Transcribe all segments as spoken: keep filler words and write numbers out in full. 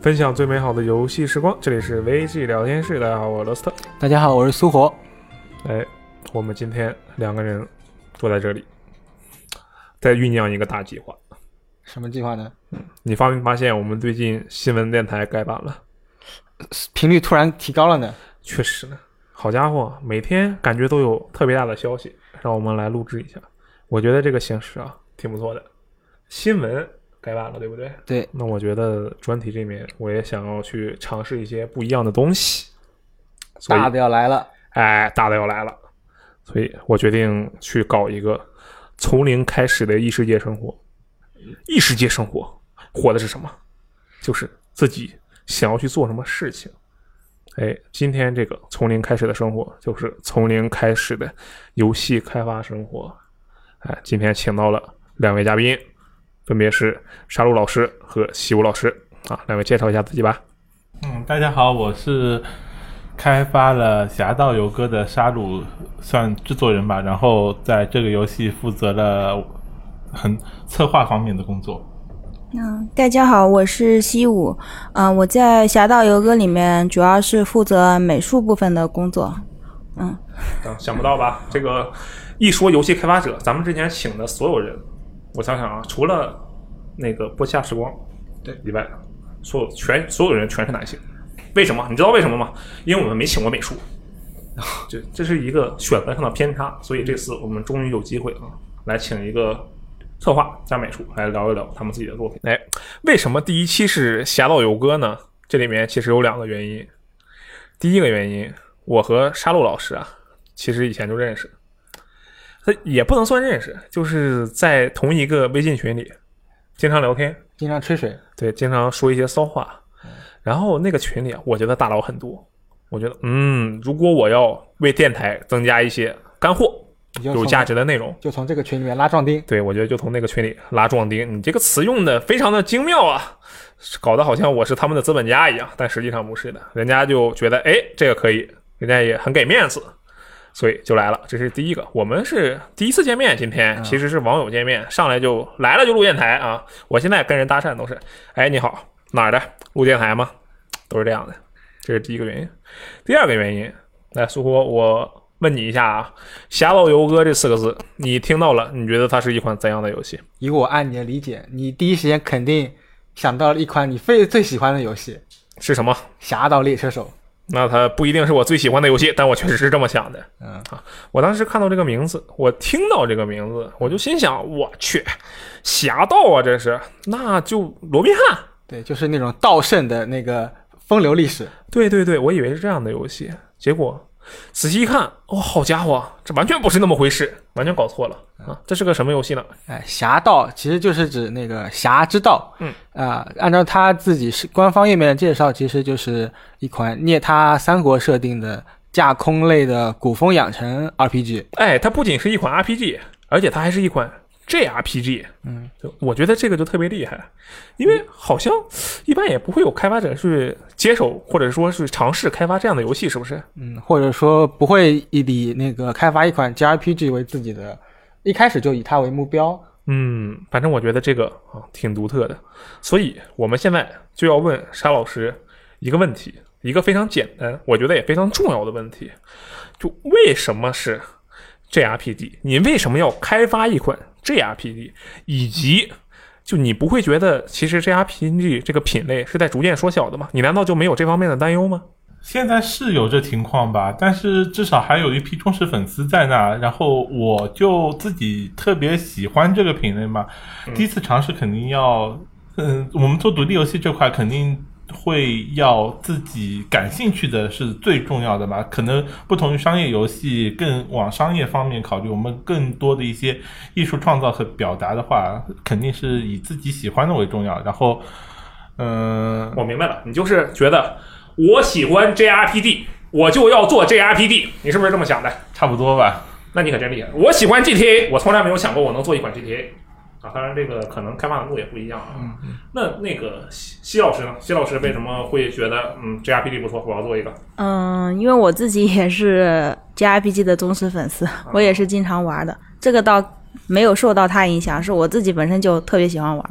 分享最美好的游戏时光，这里是 V G 聊天室。大家好，我是罗斯特。 大家好，我是苏活。 哎，我们今天两个人坐在这里，在酝酿一个大计划。 什么计划呢？ 嗯，你发没发现我们最近新闻电台改版了， 频率突然提高了呢？ 确实呢，好家伙，每天感觉都有特别大的消息，让我们来录制一下。我觉得这个形式啊，挺不错的。新闻改版了，对不对？ 对。 那我觉得专题这面我也想要去尝试一些不一样的东西。 大的要来了。 哎，大的要来了。所以我决定去搞一个从零开始的异世界生活。异世界生活活的是什么？就是自己想要去做什么事情。哎，今天这个从零开始的生活就是从零开始的游戏开发生活。哎，今天请到了两位嘉宾，分别是沙鲁老师和西武老师啊，两位介绍一下自己吧。 嗯，大家好，我是开发了《侠盗游歌》的沙鲁，算制作人吧，然后在这个游戏负责了很策划方面的工作。 嗯，大家好，我是西武，嗯、呃，我在《侠盗游歌》里面主要是负责美术部分的工作。嗯， 嗯想不到吧？这个一说游戏开发者，咱们之前请的所有人，我想想啊，除了那个播下时光对以外，所有全所有人全是男性。为什么？你知道为什么吗？因为我们没请过美术，这这是一个选择上的偏差，所以这次我们终于有机会啊，来请一个策划加美术来聊一聊他们自己的作品。哎，为什么第一期是《侠盗游歌》呢？这里面其实有两个原因。第一个原因，我和沙路老师啊，其实以前就认识，也不能算认识，就是在同一个微信群里经常聊天， 经常吹水， 对，经常说一些骚话。然后那个群里啊，我觉得大佬很多，我觉得嗯，如果我要为电台增加一些干货有价值的内容， 就从这个群里面拉壮丁。 对，我觉得就从那个群里拉壮丁。你这个词用的非常的精妙啊，搞得好像我是他们的资本家一样，但实际上不是的，人家就觉得哎，这个可以，人家也很给面子，所以就来了。这是第一个，我们是第一次见面，今天其实是网友见面，上来就来了就录电台啊。我现在跟人搭讪都是，哎，你好，哪儿的？录电台吗？都是这样的，这是第一个原因。第二个原因，来苏活，我问你一下啊，《侠盗游歌》这四个字，你听到了，你觉得它是一款怎样的游戏？ 以我按你的理解，你第一时间肯定想到了一款你非最喜欢的游戏， 是什么？《 侠盗猎车手》。 那它不一定是我最喜欢的游戏，但我确实是这么想的。 嗯啊，我当时看到这个名字，我听到这个名字，我就心想，我去，侠盗啊，这是，那就罗宾汉。 对，就是那种盗圣的那个风流历史。 对对对，我以为是这样的游戏，结果仔细一看，哦，好家伙，这完全不是那么回事，完全搞错了啊！这是个什么游戏呢？ 哎，侠盗其实就是指那个侠之道。 嗯啊、呃，按照他自己是官方页面的介绍，其实就是一款涅他三国设定的架空类的古风养成 R P G。 哎，它不仅是一款 R P G， 而且它还是一款 J R P G。 嗯， 我觉得这个就特别厉害，因为好像一般也不会有开发者去接手或者说是尝试开发这样的游戏，是不是？ 嗯，或者说不会以那个开发一款 J R P G 为自己的，一开始就以它为目标。 嗯，反正我觉得这个啊挺独特的，所以我们现在就要问沙老师一个问题，一个非常简单，我觉得也非常重要的问题，就为什么是 J R P G？ 你为什么要开发一款 J R P G？ 以及就你不会觉得其实 J R P G 这个品类是在逐渐缩小的吗？你难道就没有这方面的担忧吗？ 现在是有这情况吧，但是至少还有一批忠实粉丝在那，然后我就自己特别喜欢这个品类嘛， 嗯、 第一次尝试肯定要，嗯，我们做独立游戏这块肯定会要自己感兴趣的是最重要的吧，可能不同于商业游戏更往商业方面考虑，我们更多的一些艺术创造和表达的话，肯定是以自己喜欢的为重要，然后嗯、呃， 我明白了，你就是觉得我喜欢 J R P G， 我就要做 J R P G， 你是不是这么想的？ 差不多吧。 那你可真厉害。我喜欢 G T A， 我从来没有想过我能做一款 G T A 啊，当然这个可能开发难度也不一样啊。 嗯嗯。 那那个西西老师呢？西老师为什么会觉得嗯 J R P G 不错，我要做一个？ 嗯，因为我自己也是 J R P G 的忠实粉丝，我也是经常玩的。这个倒没有受到他影响，是我自己本身就特别喜欢玩。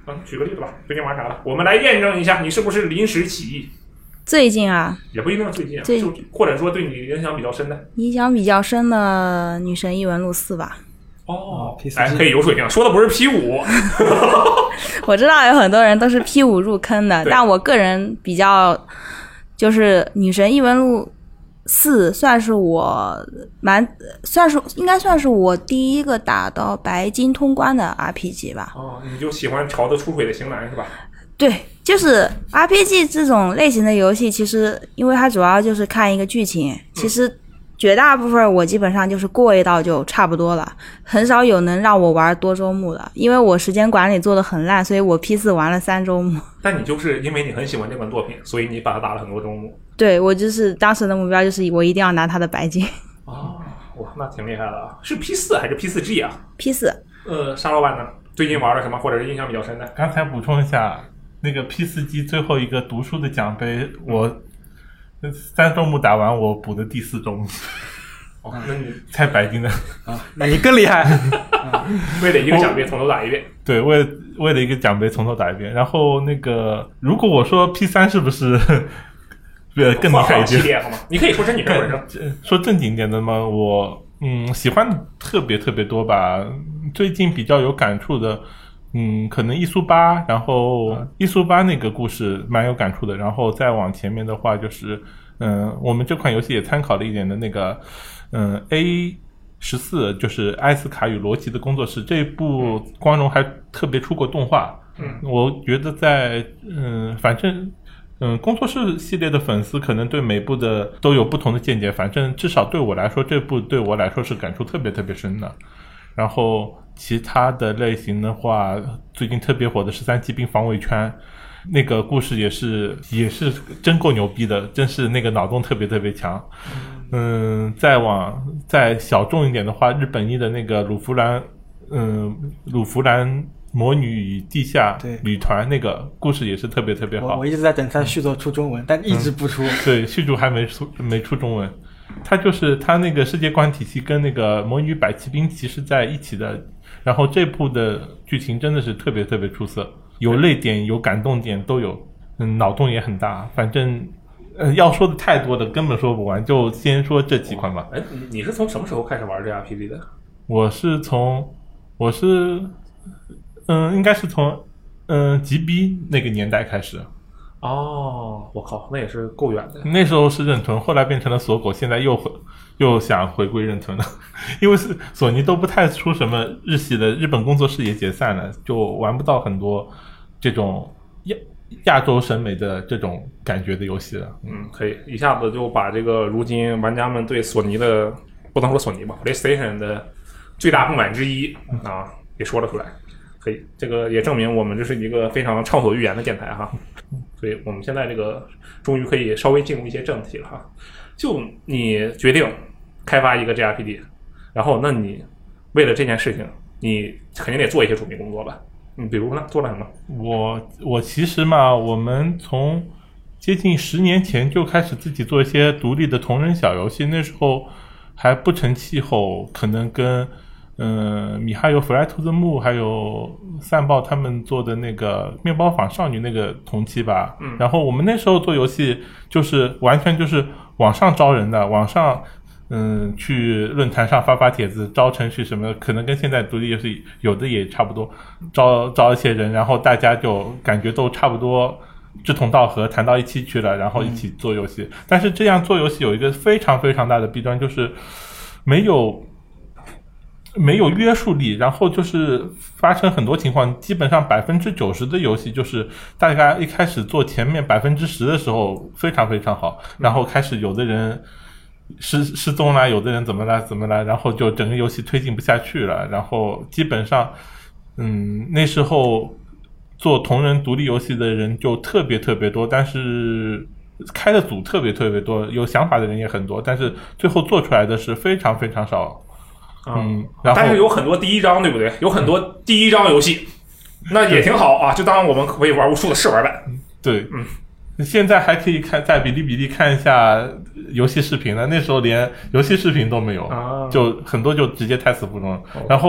嗯，举个例子吧，最近玩啥了？我们来验证一下你是不是临时起意。 最近啊， 也不一定是最近啊， 最就或者说对你影响比较深的。 影响比较深的《女神异闻录四》吧。 哦， P 四哎，可以有水平，说的不是 P 五。 我知道有很多人都是 P 五入坑的，但我个人比较就是《女神异闻录四》算是我蛮算是应该算是我第一个打到白金通关的 R P G 吧。 哦，你就喜欢朝着出水的型男是吧？ 对，就是 R P G 这种类型的游戏，其实因为它主要就是看一个剧情，其实绝大部分我基本上就是过一道就差不多了，很少有能让我玩多周目的。因为我时间管理做得很烂，所以我 P 四 玩了三周目。 但你就是因为你很喜欢这款作品，所以你把它打了很多周目。 对，我就是当时的目标就是我一定要拿它的白金。 哦，哇，那挺厉害的啊！是 P 四 还是 P 四 G 啊 ？P 四。 呃，沙老板呢？最近玩了什么，或者是印象比较深的？ 刚才补充一下，那个 P 四 G 最后一个读书的奖杯，我三周目打完，我补的第四周目。 哦，那你才白金的啊，那你更厉害。 为了一个奖杯从头打一遍。 对，为了为了一个奖杯从头打一遍。然后那个，如果我说 P 三 是不是呃更厉害一点？ 好吗？你可以说真女生本身。说正经一点的嘛，我嗯喜欢的特别特别多吧。最近比较有感触的，嗯，可能伊苏八，然后伊苏八那个故事蛮有感触的。然后再往前面的话，就是嗯，我们这款游戏也参考了一点的那个。嗯 ，A 十四就是艾斯卡与罗奇的工作室，这一部光荣还特别出过动画。 嗯， 我觉得在嗯，反正嗯，工作室系列的粉丝可能对每部的都有不同的见解，反正至少对我来说，这部对我来说是感触特别特别深的。然后其他的类型的话，最近特别火的十三机兵防卫圈。那个故事也是也是真够牛逼的，真是那个脑洞特别特别强。嗯，再往再小众一点的话，日本一的那个鲁弗兰，嗯，鲁弗兰魔女与地下旅团那个故事也是特别特别好。 我, 我一直在等它续作出中文，嗯、但一直不出。 嗯、对，续作还没出没出中文。它就是它那个世界观体系跟那个魔女百骑兵其实在一起的，然后这部的剧情真的是特别特别出色。有泪点有感动点都有，嗯，脑洞也很大，反正呃要说的太多的根本说不完，就先说这几款吧。 哎，你是从什么时候开始玩这 R P G 的？ 我是从我是嗯应该是从嗯吉 B 那个年代开始。 哦，我靠，那也是够远的。 那时候是任屯，后来变成了锁狗，现在又回又想回归任屯了，因为是索尼都不太出什么日系的，日本工作室也解散了，就玩不到很多这种亚亚洲审美的这种感觉的游戏了。 嗯，可以一下子就把这个如今玩家们对索尼的，不能说索尼吧 ，PlayStation 的最大不满之一啊，给说了出来。可以，这个也证明我们这是一个非常畅所欲言的电台哈。所以我们现在这个终于可以稍微进入一些正题了哈。就你决定开发一个 J R P G， 然后那你为了这件事情，你肯定得做一些准备工作吧？你比如呢，做了什么？ 我我其实嘛，我们从接近十年前就开始自己做一些独立的同人小游戏，那时候还不成气候，可能跟嗯，米哈游 Fly to the Moon 还有散爆他们做的那个面包坊少女那个同期吧。 嗯， 然后我们那时候做游戏就是完全就是网上招人的，网上嗯去论坛上发发帖子招程序什么的，可能跟现在独立游戏有的也差不多，招招一些人，然后大家就感觉都差不多志同道合，谈到一起去了，然后一起做游戏。嗯、但是这样做游戏有一个非常非常大的弊端，就是没有。没有约束力，然后就是发生很多情况，基本上百分之九十的游戏就是大家一开始做前面百分之十的时候非常非常好，然后开始有的人失失踪了，有的人怎么了怎么了，然后就整个游戏推进不下去了，然后基本上嗯那时候做同人独立游戏的人就特别特别多，但是开的组特别特别多，有想法的人也很多，但是最后做出来的是非常非常少。嗯，然后但是有很多第一章，对不对？有很多第一章游戏，那也挺好啊，就当我们可以玩无数的试玩版。 对，嗯，现在还可以看在哔哩哔哩看一下游戏视频了，那时候连游戏视频都没有，啊、就很多就直接胎死腹中了。哦、然后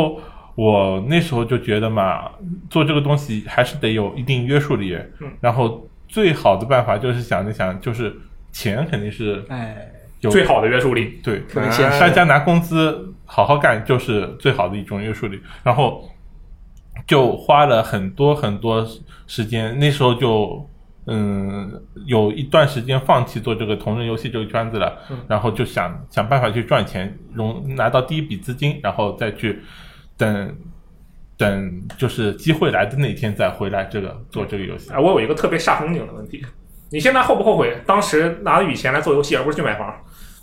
我那时候就觉得嘛，做这个东西还是得有一定约束力。 嗯， 然后最好的办法就是想着想，就是钱肯定是哎， 有最好的约束力。 对， 特别现实大家拿工资好好干就是最好的一种约束力。然后就花了很多很多时间，那时候就嗯有一段时间放弃做这个同人游戏这个圈子了， 嗯、 然后就想想办法去赚钱，融拿到第一笔资金，然后再去等等就是机会来的那天再回来这个做这个游戏。 哎，我有一个特别煞风景的问题，你现在后不后悔当时拿了一笔钱来做游戏，而不是去买房？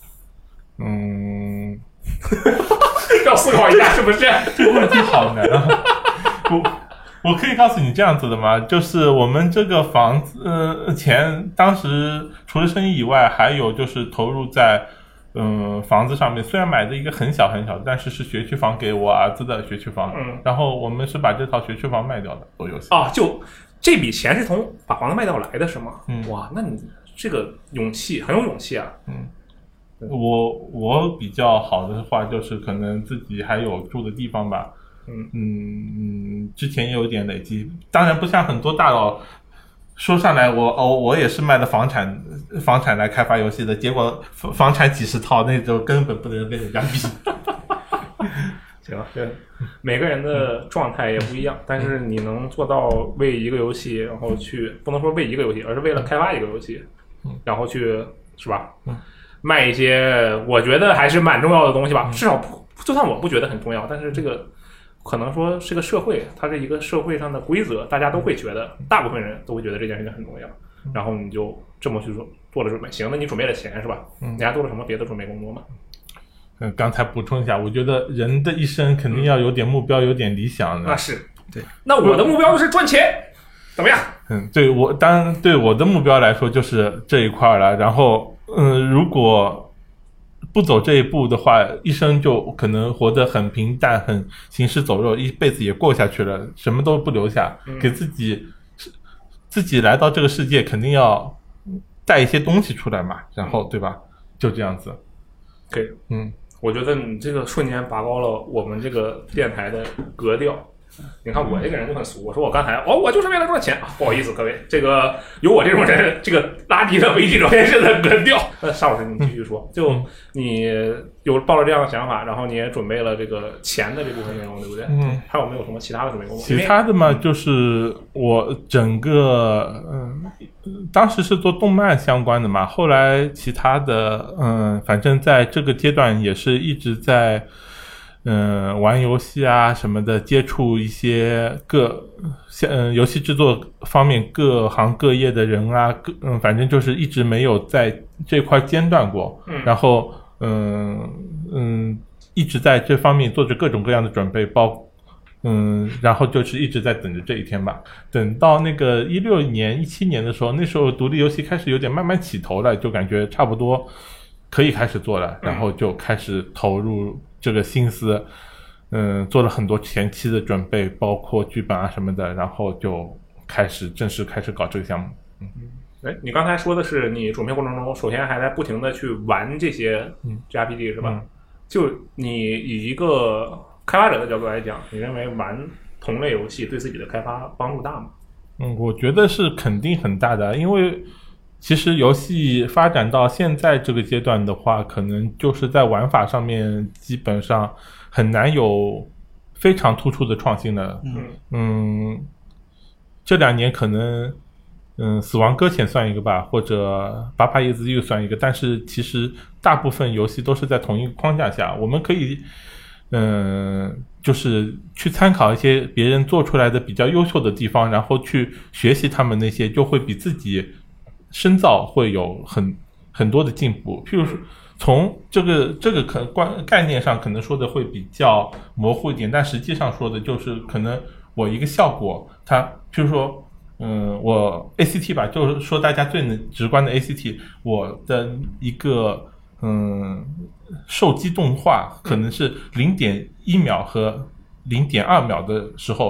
嗯， 要思考一下是不是？ 这个问题好难啊！我我可以告诉你这样子的吗？就是我们这个房子呃钱当时除了生意以外，还有就是投入在嗯、呃、房子上面。虽然买的一个很小很小，但是是学区房，给我儿子的学区房。 嗯， 然后我们是把这套学区房卖掉的做游戏。 啊，就这笔钱是从把房子卖掉来的是吗？ 嗯， 哇，那你这个勇气很有勇气啊。 嗯。我我比较好的话就是可能自己还有住的地方吧。 嗯嗯，之前也有点累积，当然不像很多大佬说上来我哦我也是卖的房产房产来开发游戏的，结果房产几十套，那就根本不能跟人家比。 行，对，每个人的状态也不一样，但是你能做到为一个游戏，然后去不能说为一个游戏，而是为了开发一个游戏，然后去是吧？卖一些我觉得还是蛮重要的东西吧，至少不就算我不觉得很重要，但是这个可能说是个社会，它是一个社会上的规则，大家都会觉得，大部分人都会觉得这件事情很重要，然后你就这么去做做了准备。行，那你准备了钱是吧？你还做了什么别的准备工作吗？ 嗯，刚才补充一下，我觉得人的一生肯定要有点目标，有点理想的。 那是对。 那我的目标就是赚钱，怎么样？ 嗯，对我当然对我的目标来说就是这一块了。然后，嗯，如果不走这一步的话，一生就可能活得很平淡，很行尸走肉，一辈子也过下去了，什么都不留下， 嗯、 给自己自己来到这个世界，肯定要带一些东西出来嘛。然后，对吧？就这样子。 可以， 嗯。 我觉得你这个瞬间拔高了我们这个电台的格调。你看我这个人就很俗，我说我刚才哦，我就是为了赚钱啊，不好意思各位，这个有我这种人，这个拉低了媒体表现式的格调。那邵老师你继续说，就你有抱了这样的想法，然后你也准备了这个钱的这部分内容，对不对？ 嗯。 还有没有什么其他的准备工作？ 其他的嘛，就是我整个嗯，当时是做动漫相关的嘛，后来其他的嗯，反正在这个阶段也是一直在。嗯，玩游戏啊什么的，接触一些各像嗯游戏制作方面各行各业的人啊，各嗯反正就是一直没有在这块间断过。 嗯， 然后嗯嗯一直在这方面做着各种各样的准备，包嗯然后就是一直在等着这一天吧。等到那个一六年、一七年的时候，那时候独立游戏开始有点慢慢起头了，就感觉差不多可以开始做了，然后就开始投入。这个心思，嗯，做了很多前期的准备，包括剧本啊什么的，然后就开始正式开始搞这个项目。嗯， 哎，你刚才说的是你准备过程中，首先还在不停的去玩这些 J R P G 是吧？ 嗯、 就你以一个开发者的角度来讲，你认为玩同类游戏对自己的开发帮助大吗？ 嗯，我觉得是肯定很大的，因为。其实游戏发展到现在这个阶段的话，可能就是在玩法上面基本上很难有非常突出的创新了。 嗯嗯，这两年可能嗯死亡搁浅算一个吧，或者八帕叶子又算一个，但是其实大部分游戏都是在同一个框架下，我们可以嗯就是去参考一些别人做出来的比较优秀的地方，然后去学习他们那些，就会比自己深造会有很很多的进步。譬如说从这个这个可观概念上可能说的会比较模糊一点，但实际上说的就是可能我一个效果，它譬如说嗯我 A C T 吧，就是说大家最能直观的 A C T， 我的一个嗯受激动画可能是零点一秒和零点二秒的时候，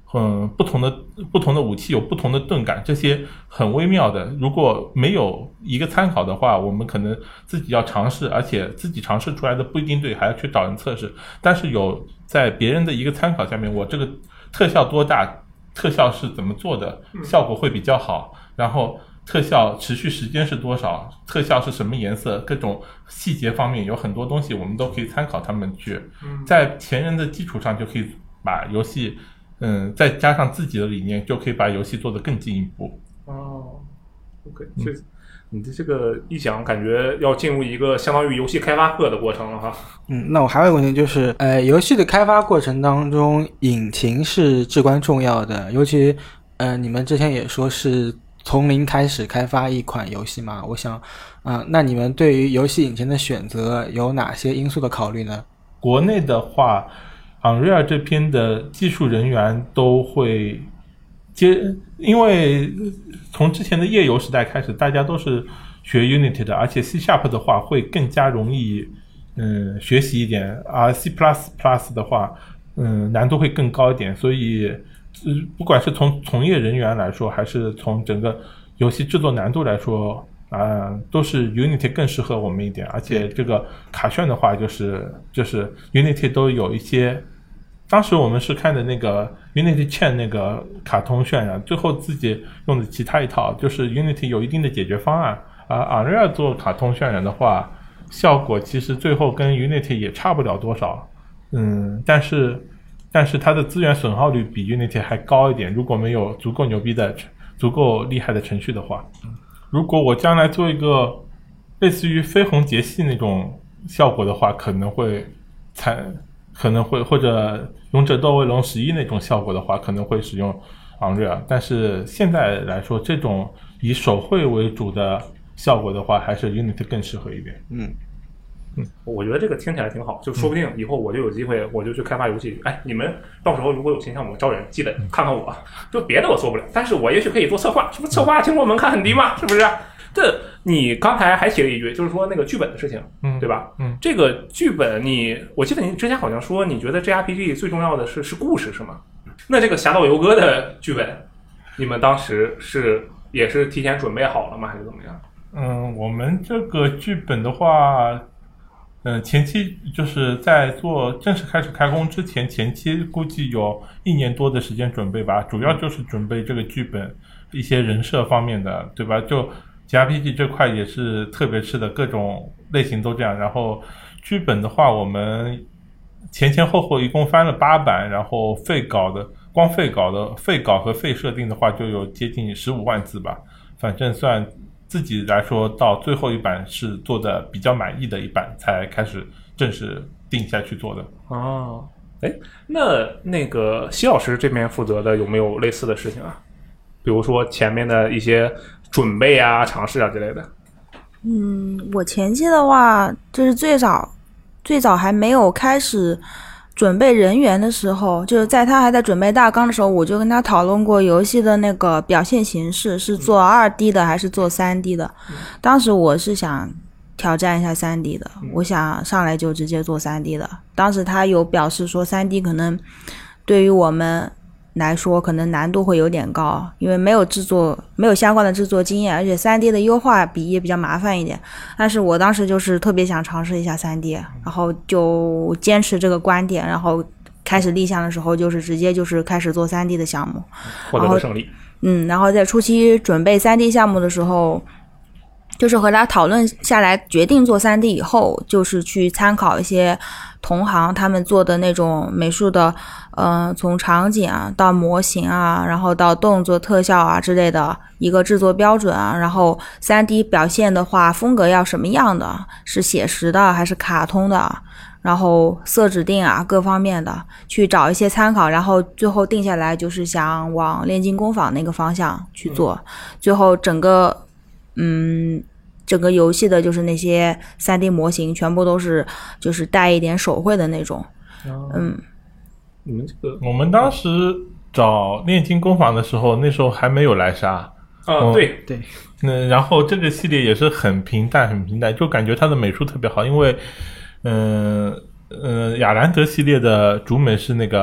嗯，不同的不同的武器有不同的钝感，这些很微妙的。如果没有一个参考的话，我们可能自己要尝试，而且自己尝试出来的不一定对，还要去找人测试。但是有在别人的一个参考下面，我这个特效多大，特效是怎么做的，效果会比较好，然后特效持续时间是多少，特效是什么颜色，各种细节方面有很多东西我们都可以参考他们去，在前人的基础上就可以把游戏嗯，再加上自己的理念，就可以把游戏做得更进一步。 哦 ，OK， 这、嗯、你的这个一讲，感觉要进入一个相当于游戏开发课的过程了哈。 嗯，那我还有一个问题就是，呃，游戏的开发过程当中，引擎是至关重要的，尤其呃，你们之前也说是从零开始开发一款游戏嘛，我想，啊、呃，那你们对于游戏引擎的选择有哪些因素的考虑呢？ 国内的话。Unreal 这边的技术人员都会接，因为从之前的页游时代开始，大家都是学 Unity 的，而且 C Sharp 的话会更加容易嗯学习一点，而 C plus plus 的话嗯难度会更高一点，所以不管是从从业人员来说，还是从整个游戏制作难度来说啊、呃，都是 Unity 更适合我们一点，而且这个卡炫的话，就是就是 Unity 都有一些，当时我们是看的那个 Unity Chain 那个卡通渲染，最后自己用的其他一套，就是 Unity 有一定的解决方案，而 Unreal 做卡通渲染的话，效果其实最后跟 Unity 也差不了多少，嗯，但是但是它的资源损耗率比 Unity 还高一点，如果没有足够牛逼的、足够厉害的程序的话。如果我将来做一个类似于绯红节系那种效果的话，可能会才可能会或者勇者斗恶龙十一那种效果的话，可能会使用 Unreal。但是现在来说，这种以手绘为主的效果的话，还是 Unity 更适合一点。 嗯嗯，我觉得这个听起来挺好，就说不定以后我就有机会，我就去开发游戏。哎，你们到时候如果有新项目招人，记得看看我。就别的我做不了，但是我也许可以做策划，是不是？策划听说门槛很低嘛，是不是？这你刚才还提了一句，就是说那个剧本的事情，嗯，对吧？嗯，这个剧本你，我记得你之前好像说，你觉得 J R P G 最重要的是是故事，是吗？那这个《侠盗游歌》的剧本，你们当时是也是提前准备好了吗，还是怎么样？ 嗯，我们这个剧本的话。嗯，前期就是在做正式开始开工之前，前期估计有一年多的时间准备吧，主要就是准备这个剧本一些人设方面的，对吧？就 J R P G 这块也是特别吃的，各种类型都这样。然后剧本的话，我们前前后后一共翻了八版，然后废稿的光废稿的废稿和废设定的话，就有接近十五万字吧，反正算。自己来说到最后一版是做的比较满意的一版才开始正式定下去做的。 哦，哎，那那个西老师这边负责的有没有类似的事情啊？比如说前面的一些准备啊、尝试啊之类的。 嗯，我前期的话，就是最早最早还没有开始准备人员的时候，就是在他还在准备大纲的时候，我就跟他讨论过游戏的那个表现形式是做 二 D 的还是做 三 D 的。当时我是想挑战一下 三 D 的，我想上来就直接做 三 D 的。当时他有表示说 三 D 可能对于我们来说可能难度会有点高，因为没有制作没有相关的制作经验，而且 三 D 的优化比也比较麻烦一点。但是我当时就是特别想尝试一下 三 D， 然后就坚持这个观点，然后开始立项的时候就是直接就是开始做 三 D 的项目， 获得了胜利。 嗯，然后在初期准备 三 D 项目的时候，就是和他讨论下来决定做 三 D 以后，就是去参考一些同行他们做的那种美术的呃，从场景啊到模型啊，然后到动作特效啊之类的一个制作标准啊，然后 三 D 表现的话风格要什么样的，是写实的还是卡通的，然后色指定啊各方面的去找一些参考，然后最后定下来就是想往炼金工坊那个方向去做，嗯、最后整个嗯整个游戏的就是那些 三 D 模型全部都是就是带一点手绘的那种。哦、嗯， 你们这个我们当时找炼金工坊的时候，那时候还没有莱莎。 啊、嗯，对对。 嗯，然后这个系列也是很平淡很平淡，就感觉它的美术特别好，因为嗯呃亚兰德系列的主美是那个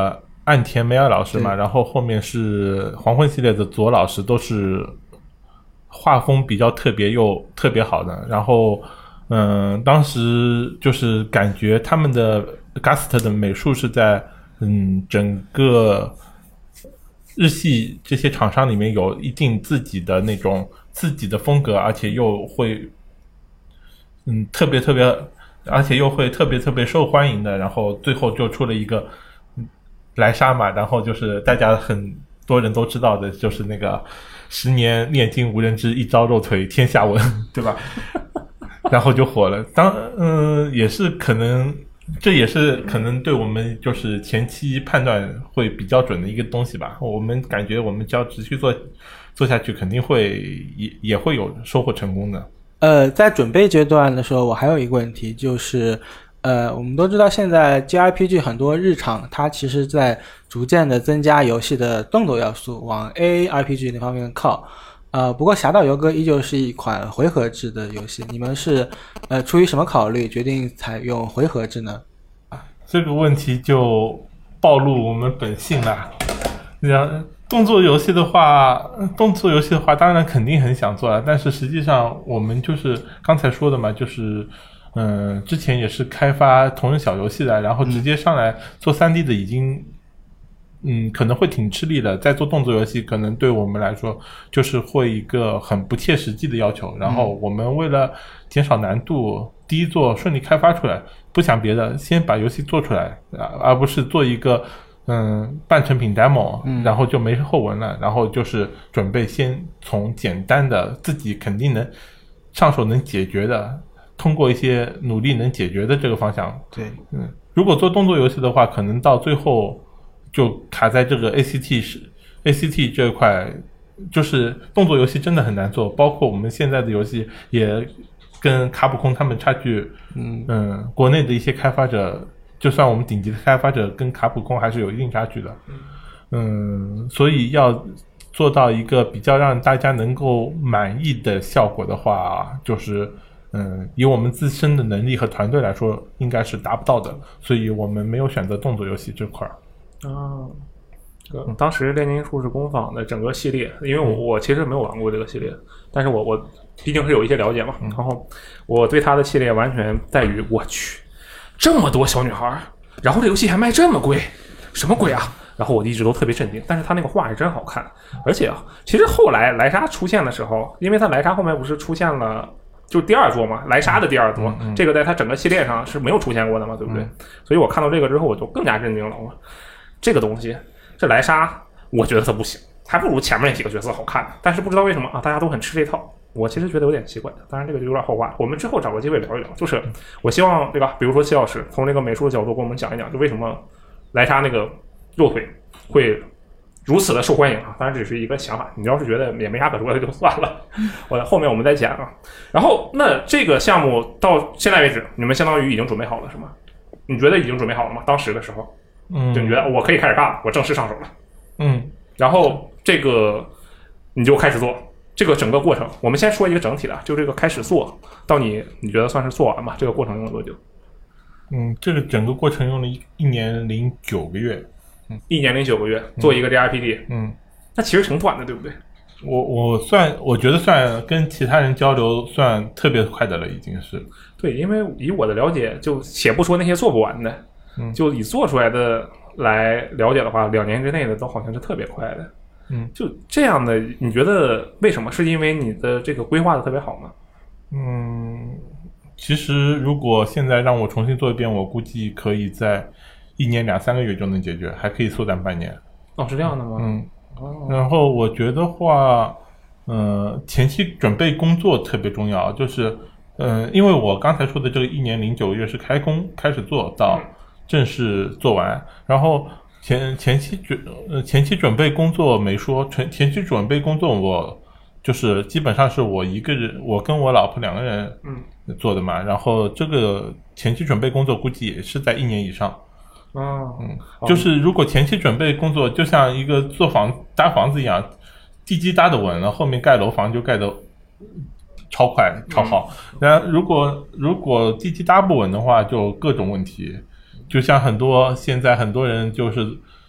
岸田美尔老师嘛，然后后面是黄昏系列的左老师，都是画风比较特别又特别好的。然后嗯，当时就是感觉他们的 Gast 的美术是在嗯整个日系这些厂商里面有一定自己的那种自己的风格，而且又会嗯特别特别而且又会特别特别受欢迎的。然后最后就出了一个莱莎嘛，然后就是大家很多人都知道的，就是那个十年炼金无人知，一朝肉腿天下闻，对吧？然后就火了。当嗯、呃，也是可能，这也是可能对我们就是前期判断会比较准的一个东西吧。我们感觉我们只要持续做做下去，肯定会也也会有收获成功的。 呃，在准备阶段的时候，我还有一个问题就是。呃，我们都知道现在 J R P G 很多日常它其实在逐渐的增加游戏的动作要素，往 A A R P G 那方面靠。呃，不过侠盗游歌依旧是一款回合制的游戏，你们是呃出于什么考虑决定采用回合制呢？ 这个问题就暴露我们本性了。然动作游戏的话，动作游戏的话，当然肯定很想做了，但是实际上我们就是刚才说的嘛，就是。嗯，之前也是开发同人小游戏的，然后直接上来做 三 D 的已经嗯可能会挺吃力的，再做动作游戏可能对我们来说就是会一个很不切实际的要求。然后我们为了减少难度，第一做顺利开发出来，不想别的，先把游戏做出来，而不是做一个嗯半成品 demo， 然后就没后文了。然后就是准备先从简单的自己肯定能上手能解决的，通过一些努力能解决的这个方向。 对， 嗯，如果做动作游戏的话，可能到最后就卡在这个 A C T 是 A C T 这块，就是动作游戏真的很难做，包括我们现在的游戏也跟卡普空他们差距，嗯嗯，国内的一些开发者，就算我们顶级的开发者跟卡普空还是有一定差距的，嗯，所以要做到一个比较让大家能够满意的效果的话，就是嗯，以我们自身的能力和团队来说，应该是达不到的，所以我们没有选择动作游戏这块儿。 啊，嗯，当时炼金术士工坊的整个系列，因为我我其实没有玩过这个系列，但是我我毕竟是有一些了解嘛，然后我对他的系列完全在于，我去，这么多小女孩，然后这游戏还卖这么贵，什么鬼啊？然后我一直都特别震惊，但是他那个画是真好看，而且啊，其实后来莱莎出现的时候，因为他莱莎后面不是出现了。就第二作嘛，莱莎的第二作、嗯嗯、这个在它整个系列上是没有出现过的嘛，对不对、嗯、所以我看到这个之后我就更加震惊了，我这个东西这莱莎我觉得它不行，还不如前面那几个角色好看，但是不知道为什么啊，大家都很吃这套，我其实觉得有点奇怪，当然这个就有点后话，我们之后找个机会聊一聊，就是我希望对吧，比如说谢老师从这个美术的角度跟我们讲一讲，就为什么莱莎那个肉腿会如此的受欢迎啊！当然只是一个想法，你要是觉得也没啥可说的就算了，我后面我们再讲啊。然后那这个项目到现在为止，你们相当于已经准备好了是吗？你觉得已经准备好了吗？当时的时候，嗯，就你觉得我可以开始干了，我正式上手了， 嗯。 然后这个你就开始做，这个整个过程，我们先说一个整体的，就这个开始做到你你觉得算是做完吧？这个过程用了多久？ 嗯，这个整个过程用了一一年零九个月。 一年零九个月做一个 J R P G， 嗯，那其实挺短的，对不对？ 我我算我觉得算跟其他人交流算特别快的了，已经是。 对，因为以我的了解，就且不说那些做不完的，嗯，就以做出来的来了解的话，两年之内的都好像是特别快的，嗯，就这样的，你觉得为什么？是因为你的这个规划的特别好吗？ 嗯，其实如果现在让我重新做一遍，我估计可以在一年两三个月就能解决，还可以缩短半年。 哦，是这样的吗？ 嗯。哦、然后我觉得话，呃，前期准备工作特别重要，就是，呃，因为我刚才说的这个一年零九个月是开工开始做到正式做完，嗯、然后前前期准呃前期准备工作没说，前前期准备工作我就是基本上是我一个人，我跟我老婆两个人做的嘛，嗯、然后这个前期准备工作估计也是在一年以上。 哦， 嗯，就是如果前期准备工作就像一个做房搭房子一样，地基搭得稳了，后面盖楼房就盖得超快超好。然后如果如果地基搭不稳的话，就各种问题。就像很多现在很多人就是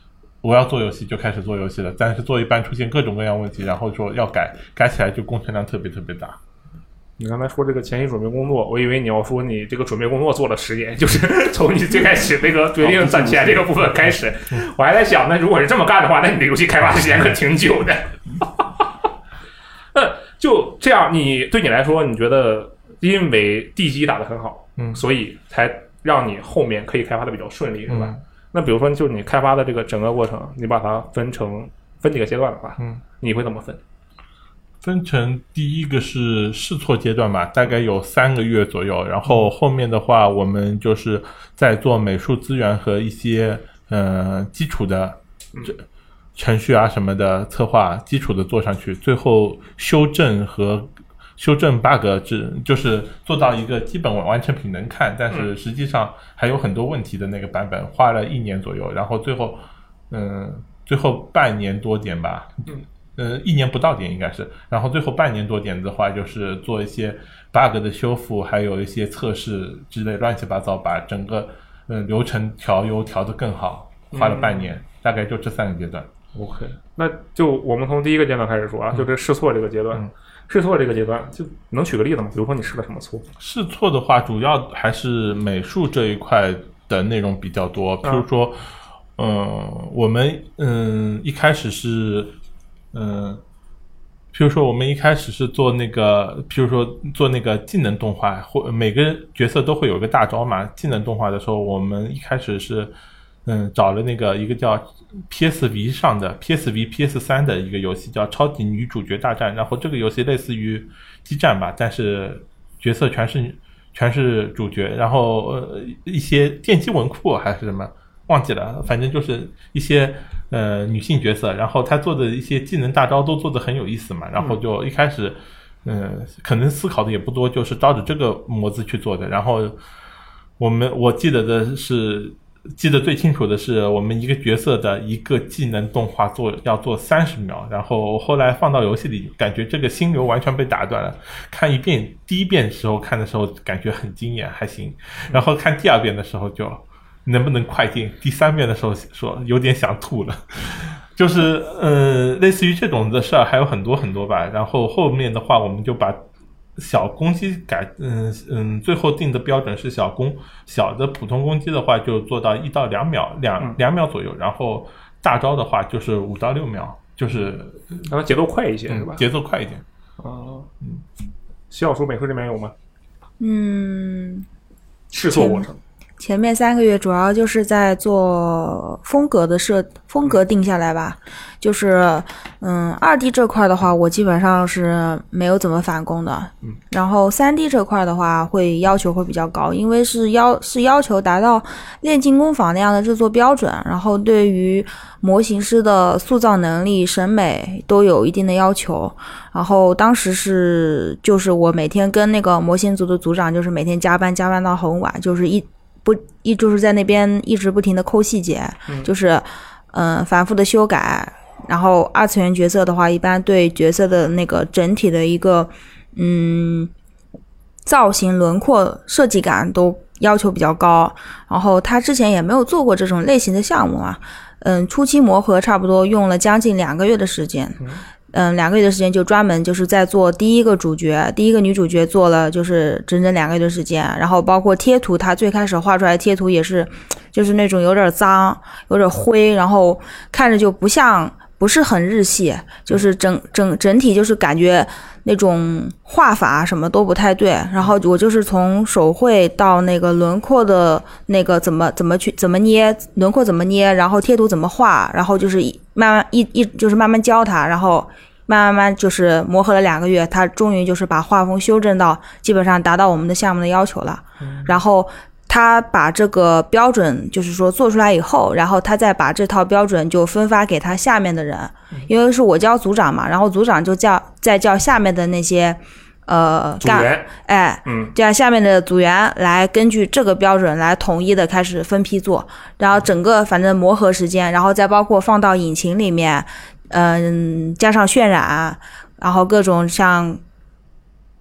我要做游戏就开始做游戏了，但是做一半出现各种各样问题，然后说要改，改起来就工程量特别特别大。 你刚才说这个前期准备工作，我以为你要说你这个准备工作做了十年，就是从你最开始那个决定攒钱这个部分开始。我还在想，那如果是这么干的话，那你的游戏开发时间可挺久的。嗯，就这样，你对你来说，你觉得因为地基打得很好， 嗯， 所以才让你后面可以开发的比较顺利，是吧？ 嗯、 那比如说，就是你开发的这个整个过程，你把它分成分几个阶段的话， 嗯， 你会怎么分？ 分成第一个是试错阶段吧，大概有三个月左右，然后后面的话我们就是在做美术资源和一些呃基础的程序啊什么的策划基础的做上去，最后修正和修正 bug 就是做到一个基本完成品能看，但是实际上还有很多问题的那个版本，花了一年左右，然后最后嗯最后半年多点吧，呃，一年不到点应该是，然后最后半年多点的话，就是做一些 bug 的修复，还有一些测试之类乱七八糟，把整个呃流程调优调得更好，花了半年，嗯、大概就这三个阶段。 OK， 那就我们从第一个阶段开始说啊，嗯、就这试错这个阶段，嗯、试错这个阶段，就能举个例子吗？比如说你试了什么错？ 试错的话，主要还是美术这一块的内容比较多，比如说，嗯、呃，我们嗯一开始是。嗯，譬如说我们一开始是做那个，譬如说做那个技能动画，或每个角色都会有一个大招嘛。技能动画的时候，我们一开始是嗯找了那个一个叫 P S V 上的 P S V P S 三 的一个游戏叫超级女主角大战，然后这个游戏类似于激战吧，但是角色全是全是主角，然后呃一些电击文库还是什么忘记了，反正就是一些呃女性角色，然后她做的一些技能大招都做得很有意思嘛，然后就一开始嗯、呃、可能思考的也不多，就是照着这个模子去做的。然后我们我记得的是记得最清楚的是我们一个角色的一个技能动画做要做三十秒，然后后来放到游戏里感觉这个心流完全被打断了。看一遍第一遍的时候看的时候感觉很惊艳还行，然后看第二遍的时候就能不能快进，第三遍的时候说有点想吐了。就是呃类似于这种的事儿还有很多很多吧。然后后面的话我们就把小攻击改嗯嗯最后定的标准是小攻小的普通攻击的话就做到一到两秒两两秒左右，然后大招的话就是五到六秒，就是让它节奏快一些、 嗯、 是吧？ 节奏快一点。 哦，嗯，西小叔美术这边有吗？ 嗯， 试错过程。 前面三个月主要就是在做风格的设风格定下来吧，就是嗯 二 D 这块的话我基本上是没有怎么返工的， 嗯， 然后 三 D 这块的话会要求会比较高，因为是要是要求达到炼金工坊那样的制作标准，然后对于模型师的塑造能力审美都有一定的要求。然后当时是就是我每天跟那个模型组的组长就是每天加班加班到很晚，就是一不一就是在那边一直不停的抠细节， 嗯、 就是嗯、呃、反复的修改。然后二次元角色的话一般对角色的那个整体的一个嗯造型轮廓设计感都要求比较高，然后他之前也没有做过这种类型的项目嘛，嗯初期磨合差不多用了将近两个月的时间。嗯嗯，两个月的时间就专门就是在做第一个主角，第一个女主角做了就是整整两个月的时间，然后包括贴图，她最开始画出来的贴图也是，就是那种有点脏、有点灰，然后看着就不像，不是很日系，就是整整整体就是感觉那种画法什么都不太对。然后我就是从手绘到那个轮廓的那个怎么怎么去怎么捏轮廓怎么捏，然后贴图怎么画，然后就是慢慢一一就是慢慢教他，然后。慢慢慢就是磨合了两个月，他终于就是把画风修正到基本上达到我们的项目的要求了。嗯、然后他把这个标准就是说做出来以后，然后他再把这套标准就分发给他下面的人，嗯、因为是我教组长嘛，然后组长就叫再叫下面的那些呃组员， 哎， 嗯， 叫下面的组员来根据这个标准来统一的开始分批做，然后整个反正磨合时间，然后再包括放到引擎里面。嗯，加上渲染，然后各种像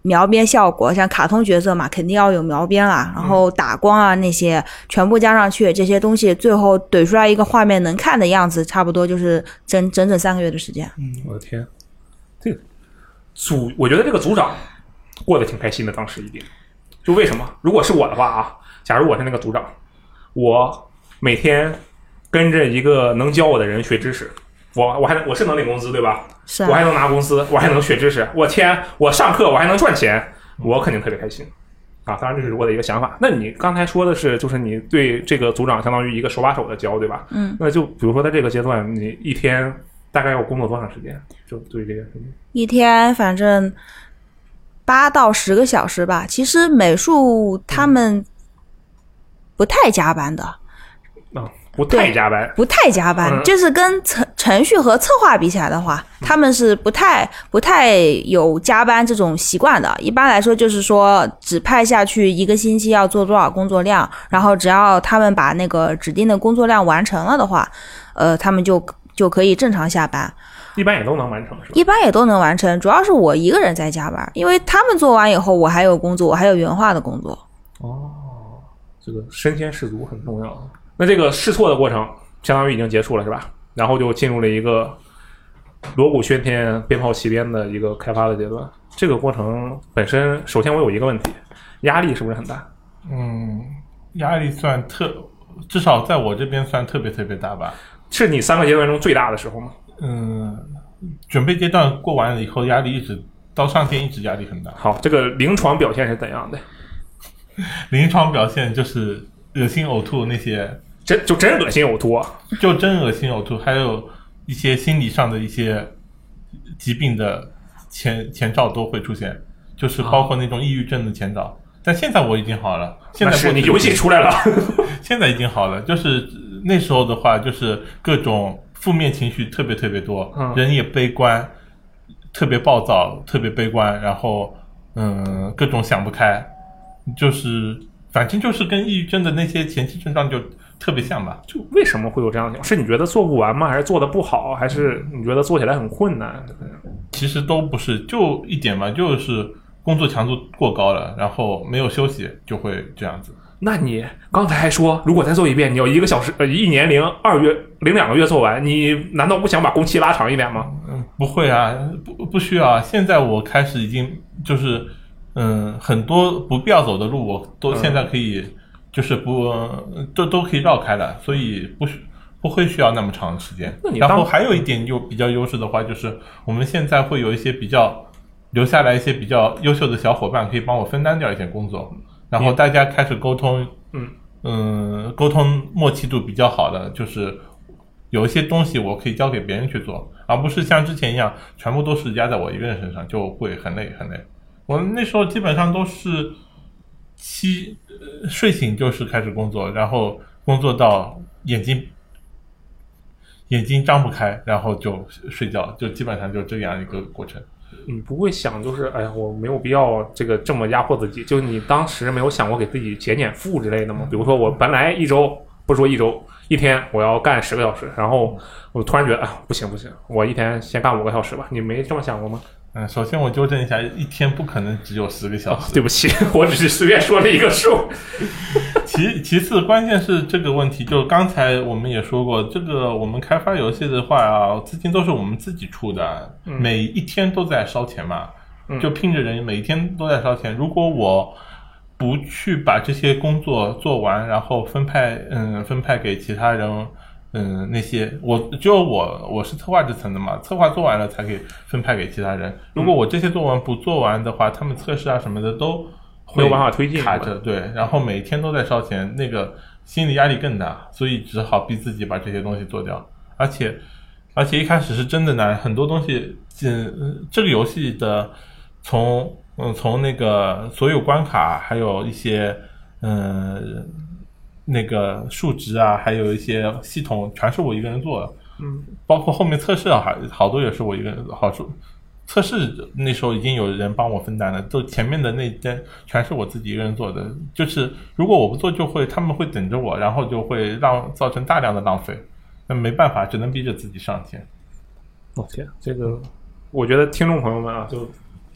描边效果，像卡通角色嘛，肯定要有描边啦，然后打光啊那些全部加上去，这些东西最后怼出来一个画面能看的样子，差不多就是整整整三个月的时间。 嗯，我的天，这个组，我觉得这个组长过得挺开心的，当时一定。就为什么？如果是我的话啊，假如我是那个组长，我每天跟着一个能教我的人学知识，我我还能我是能领工资对吧？ 是、啊， 我还能拿工资，我还能学知识，我天，我上课我还能赚钱，我肯定特别开心啊！当然这是我的一个想法。那你刚才说的是，就是你对这个组长相当于一个手把手的教，对吧？ 嗯。 那就比如说在这个阶段，你一天大概要工作多长时间？就对这个事情。 一天反正八到十个小时吧。其实美术他们不太加班的。 嗯，不太加班， 不太加班，嗯、就是跟程程序和策划比起来的话，嗯、他们是不太不太有加班这种习惯的。一般来说，就是说指派下去一个星期要做多少工作量，然后只要他们把那个指定的工作量完成了的话，呃，他们就就可以正常下班。 一般也都能完成，是吧？ 一般也都能完成，主要是我一个人在加班，因为他们做完以后，我还有工作，我还有原画的工作。 哦，这个身先士卒很重要。那这个试错的过程相当于已经结束了，是吧？然后就进入了一个锣鼓喧天、鞭炮齐鞭的一个开发的阶段。这个过程本身，首先我有一个问题，压力是不是很大？ 嗯，压力算特，至少在我这边算特别特别大吧。 是你三个阶段中最大的时候吗？ 嗯，准备阶段过完了以后，压力一直到上天一直压力很大。 好，这个临床表现是怎样的？ 临床表现就是恶心呕吐那些。 真就真恶心呕吐啊！ 就真恶心呕吐，还有一些心理上的一些疾病的前前兆都会出现，就是包括那种抑郁症的前兆。啊、但现在我已经好了，现在是你游戏出来了， 现在已经好了。就是那时候的话，就是各种负面情绪特别特别多，嗯、人也悲观，特别暴躁，特别悲观，然后嗯，各种想不开，就是反正就是跟抑郁症的那些前期症状就。特别像吧？ 就为什么会有这样的？是你觉得做不完吗？还是做的不好？还是你觉得做起来很困难？ 其实都不是，就一点嘛，就是工作强度过高了，然后没有休息，就会这样子。 那你刚才还说，如果再做一遍，你要一个小时，呃，一年零二月零两个月做完，你难道不想把工期拉长一点吗？ 嗯，不会啊，不不需要啊。现在我开始已经就是，嗯，很多不必要走的路，我都现在可以。嗯就是不都都可以绕开了，所以不不会需要那么长的时间。然后还有一点就比较优势的话，就是我们现在会有一些比较留下来一些比较优秀的小伙伴，可以帮我分担掉一些工作。然后大家开始沟通，嗯嗯，沟通默契度比较好的，就是有一些东西我可以交给别人去做，而不是像之前一样全部都是压在我一个人身上，就会很累很累。我那时候基本上都是。七、呃、睡醒就是开始工作，然后工作到眼睛眼睛张不开，然后就睡觉，就基本上就这样一个过程。 你不会想就是哎呀，我没有必要这个这么压迫自己，就你当时没有想过给自己减减负之类的吗？比如说我本来一周不说一周一天我要干十个小时，然后我突然觉得啊不行不行，我一天先干五个小时吧，你没这么想过吗？ 嗯，首先我纠正一下，一天不可能只有十个小时。 哦、对不起，我只是随便说了一个数。 其其次，关键是这个问题，就刚才我们也说过，这个我们开发游戏的话啊，资金都是我们自己出的，嗯、每一天都在烧钱嘛，就拼着人，每一天都在烧钱。如果我不去把这些工作做完，然后分派，嗯，分派给其他人。嗯，那些我只有我我是策划这层的嘛，策划做完了才可以分派给其他人。如果我这些做完不做完的话，他们测试啊什么的都没有办法推进， 卡着，对，然后每天都在烧钱，那个心理压力更大，所以只好逼自己把这些东西做掉。而且而且一开始是真的难，很多东西，嗯，这个游戏的从嗯从那个所有关卡，还有一些嗯。那个数值啊，还有一些系统，全是我一个人做的。嗯，包括后面测试啊，还好多也是我一个人。好处测试那时候已经有人帮我分担了，都前面的那间全是我自己一个人做的。就是如果我不做，就会他们会等着我，然后就会让造成大量的浪费。那没办法，只能逼着自己上线。 我、哦、天，这个我觉得听众朋友们啊，就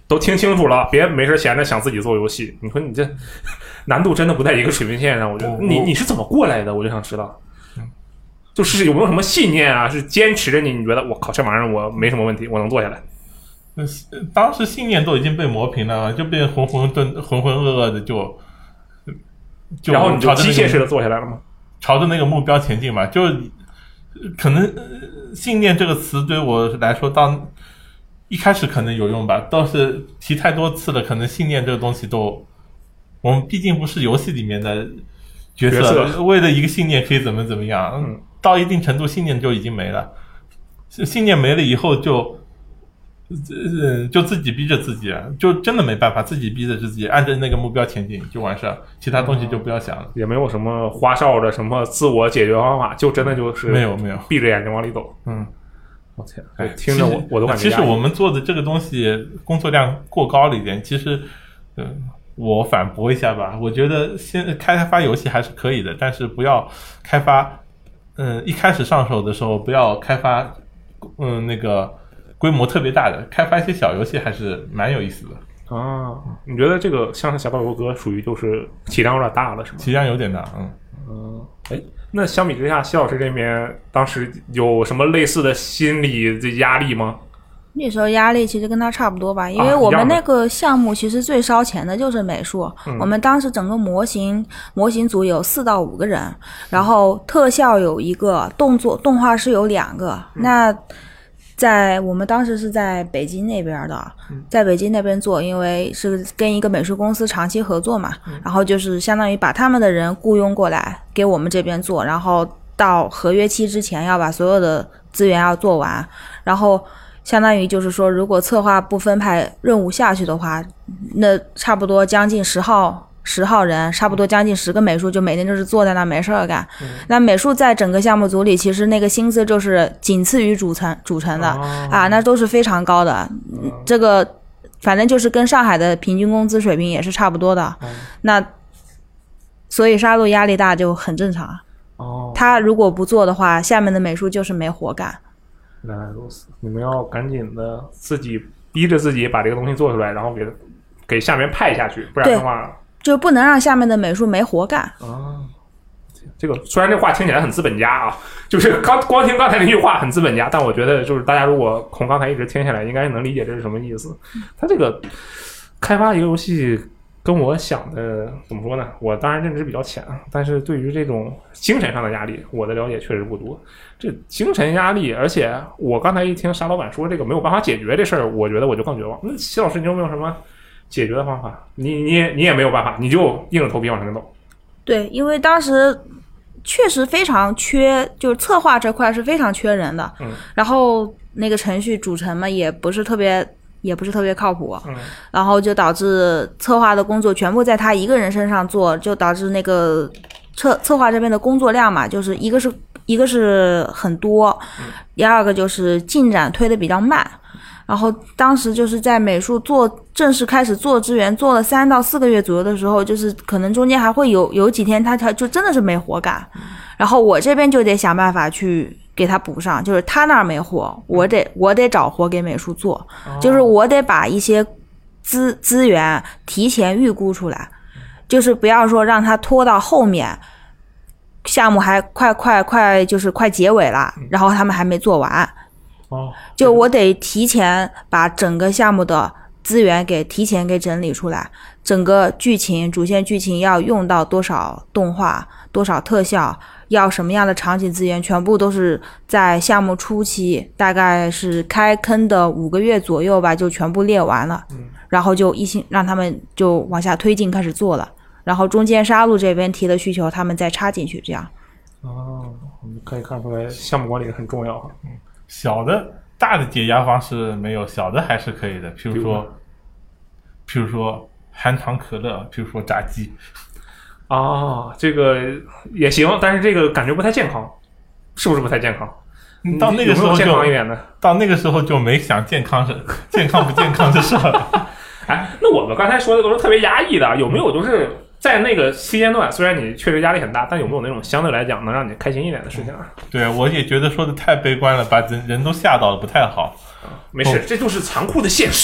都听清楚了，别没事闲着想自己做游戏。你说你这难度真的不在一个水平线上，我觉得你你是怎么过来的？我就想知道，就是有没有什么信念啊？是坚持着你？你觉得我靠，这玩意儿我没什么问题，我能做下来。 当时信念都已经被磨平了，就变浑浑沌浑浑噩噩的就，就然后你就机械式的做下来了吗？ 朝着那个目标前进嘛，就可能信念这个词对我来说，当一开始可能有用吧，倒是提太多次了，可能信念这个东西都，我们毕竟不是游戏里面的角色， 角色为了一个信念可以怎么怎么样， 嗯， 到一定程度信念就已经没了，信念没了以后就。呃，就自己逼着自己，就真的没办法，自己逼着自己，按着那个目标前进就完事儿，其他东西就不要想了。 也没有什么花哨的什么自我解决方法，就真的就是没有没有闭着眼睛往里走。 嗯， 我天，哎，听着我我都感觉。 其实我们做的这个东西工作量过高了一点，其实，嗯、呃，我反驳一下吧，我觉得先开发游戏还是可以的，但是不要开发，嗯、呃，一开始上手的时候不要开发，嗯、呃，那个。规模特别大的，开发一些小游戏还是蛮有意思的啊。你觉得这个像是小岛游歌属于就是体量有点大了是吗？ 体量有点大，嗯嗯。哎，那相比之下，谢老师这边当时有什么类似的心理的压力吗？ 那时候压力其实跟他差不多吧，因为我们那个项目其实最烧钱的就是美术。啊、我们当时整个模型模型组有四到五个人，然后特效有一个，动作动画师有两个，嗯、那。在我们当时是在北京那边的，在北京那边做，因为是跟一个美术公司长期合作嘛，然后就是相当于把他们的人雇佣过来给我们这边做，然后到合约期之前要把所有的资源要做完，然后相当于就是说，如果策划不分派任务下去的话，那差不多将近十号。十号人，差不多将近十个美术，就每天就是坐在那没事儿干。嗯、那美术在整个项目组里，其实那个薪资就是仅次于主层主层的、哦、啊，那都是非常高的。嗯、这个反正就是跟上海的平均工资水平也是差不多的。嗯、那所以沙鹿压力大就很正常。哦，他如果不做的话，下面的美术就是没活干。 原来如此，你们要赶紧的自己逼着自己把这个东西做出来，然后给给下面派下去，不然的话。 就不能让下面的美术没活干啊！这个虽然这话听起来很资本家啊，就是刚光听刚才那句话很资本家，但我觉得就是大家如果从刚才一直听下来，应该能理解这是什么意思。他这个开发一个游戏，跟我想的怎么说呢？我当然认知比较浅，但是对于这种精神上的压力，我的了解确实不多。这精神压力，而且我刚才一听沙老板说这个没有办法解决这事儿，我觉得我就更绝望。那齐老师，你有没有什么？解决的方法，你你你也没有办法，你就硬着头皮往前走。 对，因为当时确实非常缺，就是策划这块是非常缺人的。嗯。然后那个程序组成嘛，也不是特别，也不是特别靠谱。嗯。然后就导致策划的工作全部在他一个人身上做，就导致那个策策划这边的工作量嘛，就是一个是一个是很多，嗯、第二个就是进展推得比较慢。然后当时就是在美术做正式开始做支援，做了三到四个月左右的时候，就是可能中间还会有有几天他他就真的是没活干，然后我这边就得想办法去给他补上，就是他那儿没活，我得我得找活给美术做，就是我得把一些资资源提前预估出来，就是不要说让他拖到后面，项目还快快快就是快结尾了，然后他们还没做完。哦，就我得提前把整个项目的资源给提前给整理出来，整个剧情主线剧情要用到多少动画，多少特效，要什么样的场景资源，全部都是在项目初期，大概是开坑的五个月左右吧，就全部列完了。嗯，然后就一心让他们就往下推进开始做了，然后中间沙鹿这边提的需求，他们再插进去，这样。 哦，我们可以看出来项目管理很重要哈。嗯。 小的大的解压方式没有，小的还是可以的，譬如说譬如说含糖可乐，譬如说炸鸡啊，这个也行，但是这个感觉不太健康，是不是不太健康？ 到那个时候就健康一点的， 到那个时候就没想健康是健康不健康的事了。 哎，那我们刚才说的都是特别压抑的，有没有就是在那个期间段，虽然你确实压力很大，但有没有那种相对来讲能让你开心一点的事情啊？ 对，我也觉得说的太悲观了，把人人都吓到了，不太好。 没事，这就是残酷的现实。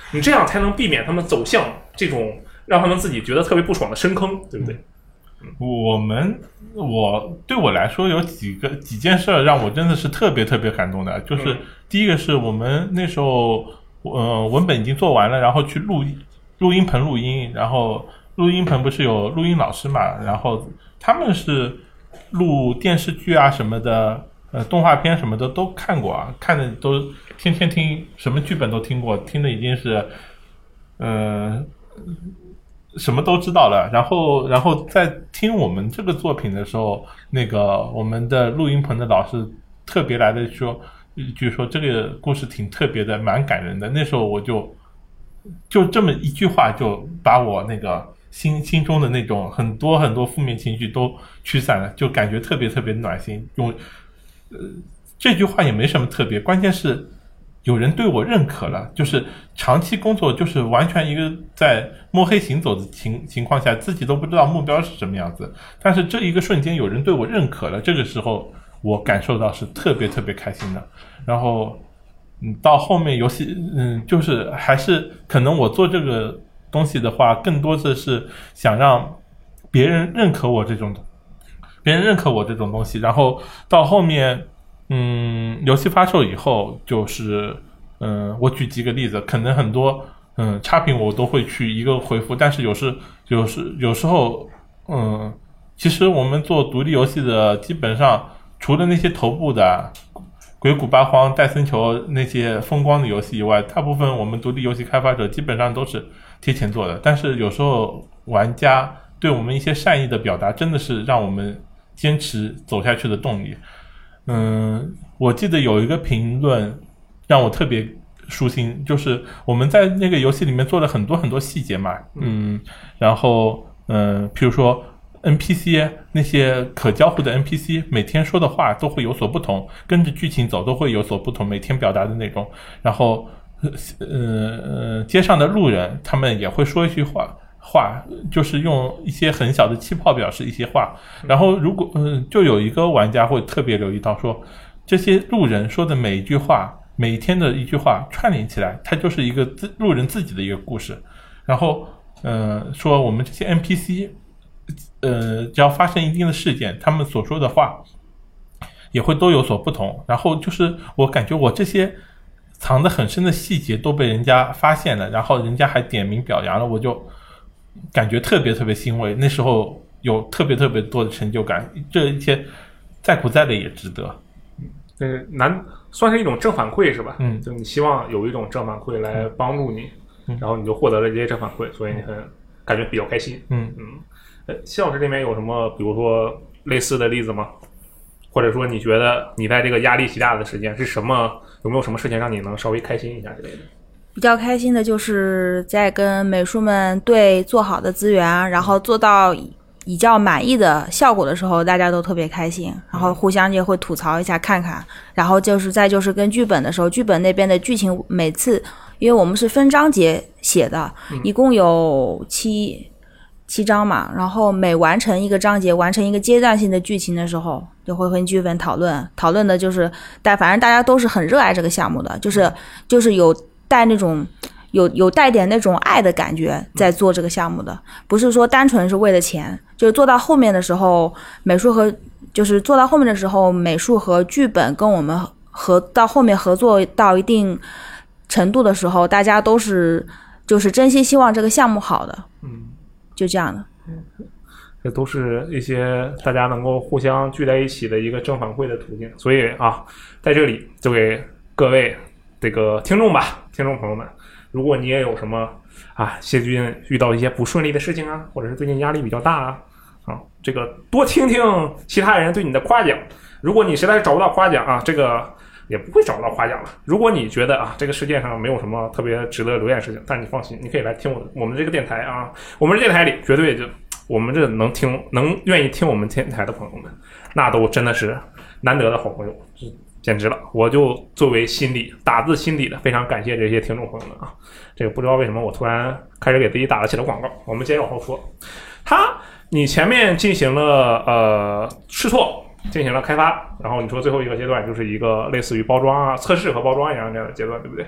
你这样才能避免他们走向这种让他们自己觉得特别不爽的深坑，对不对？ 我们我对我来说有几个几件事让我真的是特别特别感动的，就是嗯、 第一个是我们那时候呃文本已经做完了，然后去录录音棚录音，然后录音棚不是有录音老师嘛，然后他们是录电视剧啊什么的，呃动画片什么的都看过啊，看的都天天听，什么剧本都听过，听的已经是呃什么都知道了，然后，然后在听我们这个作品的时候，那个我们的录音棚的老师特别来的说一句说这个故事挺特别的，蛮感人的。那时候我就就这么一句话，就把我那个心心中的那种很多很多负面情绪都驱散了，就感觉特别特别暖心。用呃这句话也没什么特别，关键是有人对我认可了，就是长期工作，就是完全一个在摸黑行走的情情况下，自己都不知道目标是什么样子。但是这一个瞬间有人对我认可了，这个时候我感受到是特别特别开心的。然后，嗯，到后面游戏，嗯，就是还是可能我做这个东西的话，更多的是想让别人认可我这种，别人认可我这种东西。然后到后面。嗯，游戏发售以后，就是嗯，我举几个例子，可能很多嗯差评我都会去一个回复，但是有时有时有时候嗯，其实我们做独立游戏的，基本上除了那些头部的鬼谷八荒、戴森球那些风光的游戏以外，大部分我们独立游戏开发者基本上都是贴钱做的。但是有时候玩家对我们一些善意的表达，真的是让我们坚持走下去的动力。嗯，我记得有一个评论让我特别舒心，就是我们在那个游戏里面做了很多很多细节嘛，嗯，然后嗯，譬如说 N P C 那些可交互的 N P C 每天说的话都会有所不同，跟着剧情走都会有所不同，每天表达的内容，然后呃呃街上的路人他们也会说一句话。话就是用一些很小的气泡表示一些话，然后如果嗯、呃，就有一个玩家会特别留意到说，这些路人说的每一句话，每一天的一句话串联起来，它就是一个自路人自己的一个故事。然后呃，说我们这些 N P C， 呃，只要发生一定的事件，他们所说的话也会都有所不同。然后就是我感觉我这些藏得很深的细节都被人家发现了，然后人家还点名表扬了，我就。感觉特别特别欣慰，那时候有特别特别多的成就感，这一切再苦再累也值得。 嗯，难算是一种正反馈是吧？ 嗯， 就你希望有一种正反馈来帮助你，嗯、然后你就获得了这些正反馈，所以你很感觉比较开心。 嗯嗯，呃，谢老师这边有什么，比如说类似的例子吗？或者说你觉得你在这个压力极大的时间是什么？有没有什么事情让你能稍微开心一下之类的？ 比较开心的就是在跟美术们对做好的资源，然后做到比较满意的效果的时候，大家都特别开心，然后互相也会吐槽一下看看，然后就是再就是跟剧本的时候，剧本那边的剧情每次，因为我们是分章节写的，一共有七七章嘛，然后每完成一个章节，完成一个阶段性的剧情的时候，就会跟剧本讨论，讨论的就是但反正大家都是很热爱这个项目的，就是就是有带那种有有带点那种爱的感觉在做这个项目的，不是说单纯是为了钱，就是做到后面的时候，美术和就是做到后面的时候，美术和剧本跟我们合到后面合作到一定程度的时候，大家都是就是真心希望这个项目好的， 嗯， 就这样的。 这都是一些大家能够互相聚在一起的一个正反馈的途径，所以啊，在这里就给各位这个听众吧，听众朋友们，如果你也有什么啊，最近遇到一些不顺利的事情啊，或者是最近压力比较大啊，啊，这个多听听其他人对你的夸奖。如果你实在是找不到夸奖啊，这个也不会找不到夸奖了。如果你觉得啊，这个世界上没有什么特别值得留言的事情，但你放心，你可以来听我的我们这个电台啊，我们这电台里绝对就我们这能听能愿意听我们电台的朋友们，那都真的是难得的好朋友。简直了，我就作为心里打自心底的非常感谢这些听众朋友们啊！这个不知道为什么我突然开始给自己打了起了广告，我们接着往后说。他，你前面进行了呃试错，进行了开发，然后你说最后一个阶段就是一个类似于包装啊、测试和包装一样这样的阶段，对不对？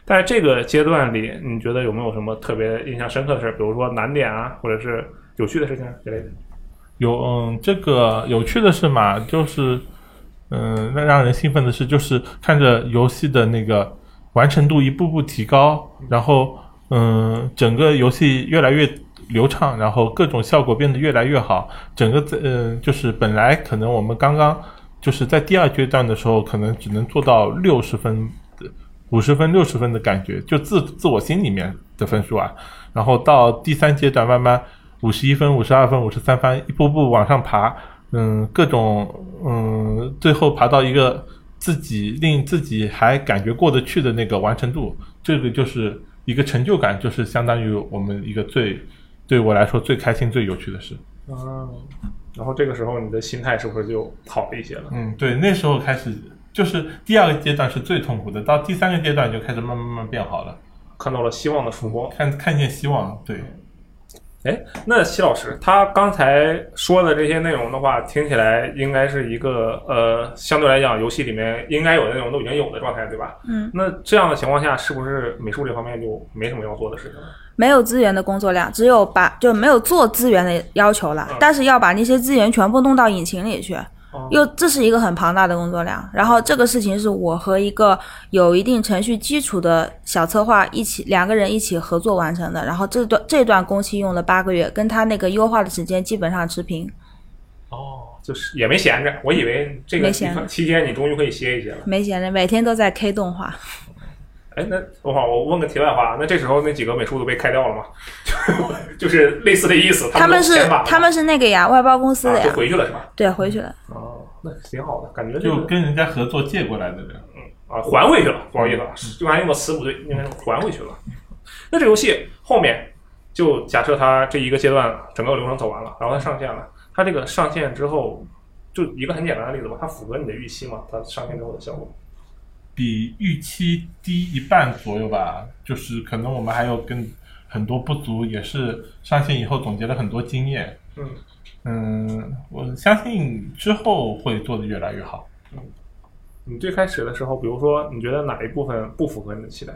在这个阶段里，你觉得有没有什么特别印象深刻的事，比如说难点啊，或者是有趣的事情之类的？ 有，嗯，这个有趣的是嘛，就是嗯，那让人兴奋的是，就是看着游戏的那个完成度一步步提高，然后嗯，整个游戏越来越流畅，然后各种效果变得越来越好，整个嗯，就是本来可能我们刚刚就是在第二阶段的时候，可能只能做到六十分、五十分、六十分的感觉，就自自我心里面的分数啊，然后到第三阶段慢慢五十一分、五十二分、五十三分，一步步往上爬。嗯，各种嗯，最后爬到一个自己令自己还感觉过得去的那个完成度，这个就是一个成就感，就是相当于我们一个最对我来说最开心、最有趣的事。 嗯，然后这个时候你的心态是不是就好了一些了？ 嗯，对，那时候开始就是第二个阶段是最痛苦的，到第三个阶段就开始慢慢慢慢变好了， 看到了希望的曙光， 看看见希望，对。 哎，那西老师他刚才说的这些内容的话，听起来应该是一个呃，相对来讲游戏里面应该有的内容都已经有的状态，对吧？ 嗯。 那这样的情况下，是不是美术这方面就没什么要做的事情了？ 没有资源的工作量，只有把就没有做资源的要求了，嗯、但是要把那些资源全部弄到引擎里去。又这是一个很庞大的工作量，然后这个事情是我和一个有一定程序基础的小策划一起两个人一起合作完成的，然后这段这段工期用了八个月，跟他那个优化的时间基本上持平。 哦，就是也没闲着，我以为这个期间你终于可以歇一歇了。 没闲着，每天都在 K 动画。 哎，那我我问个题外话，那这时候那几个美术都被开掉了吗？就是类似的意思。 他们是他们是那个呀，外包公司的呀， 啊、就回去了是吧？ 对，回去了。 哦，那挺好的，感觉、 这个、就跟人家合作借过来的人， 嗯啊，还回去了，不好意思，就刚才用的词不对，应该是还回去了。那这游戏后面就假设它这一个阶段整个流程走完了，然后它上线了，它这个上线之后，就一个很简单的例子吧，它符合你的预期吗？它上线之后的效果？ 比预期低一半左右吧，就是可能我们还有跟很多不足，也是上线以后总结了很多经验。 嗯嗯，我相信之后会做得越来越好。 嗯，你最开始的时候，比如说你觉得哪一部分不符合你的期待？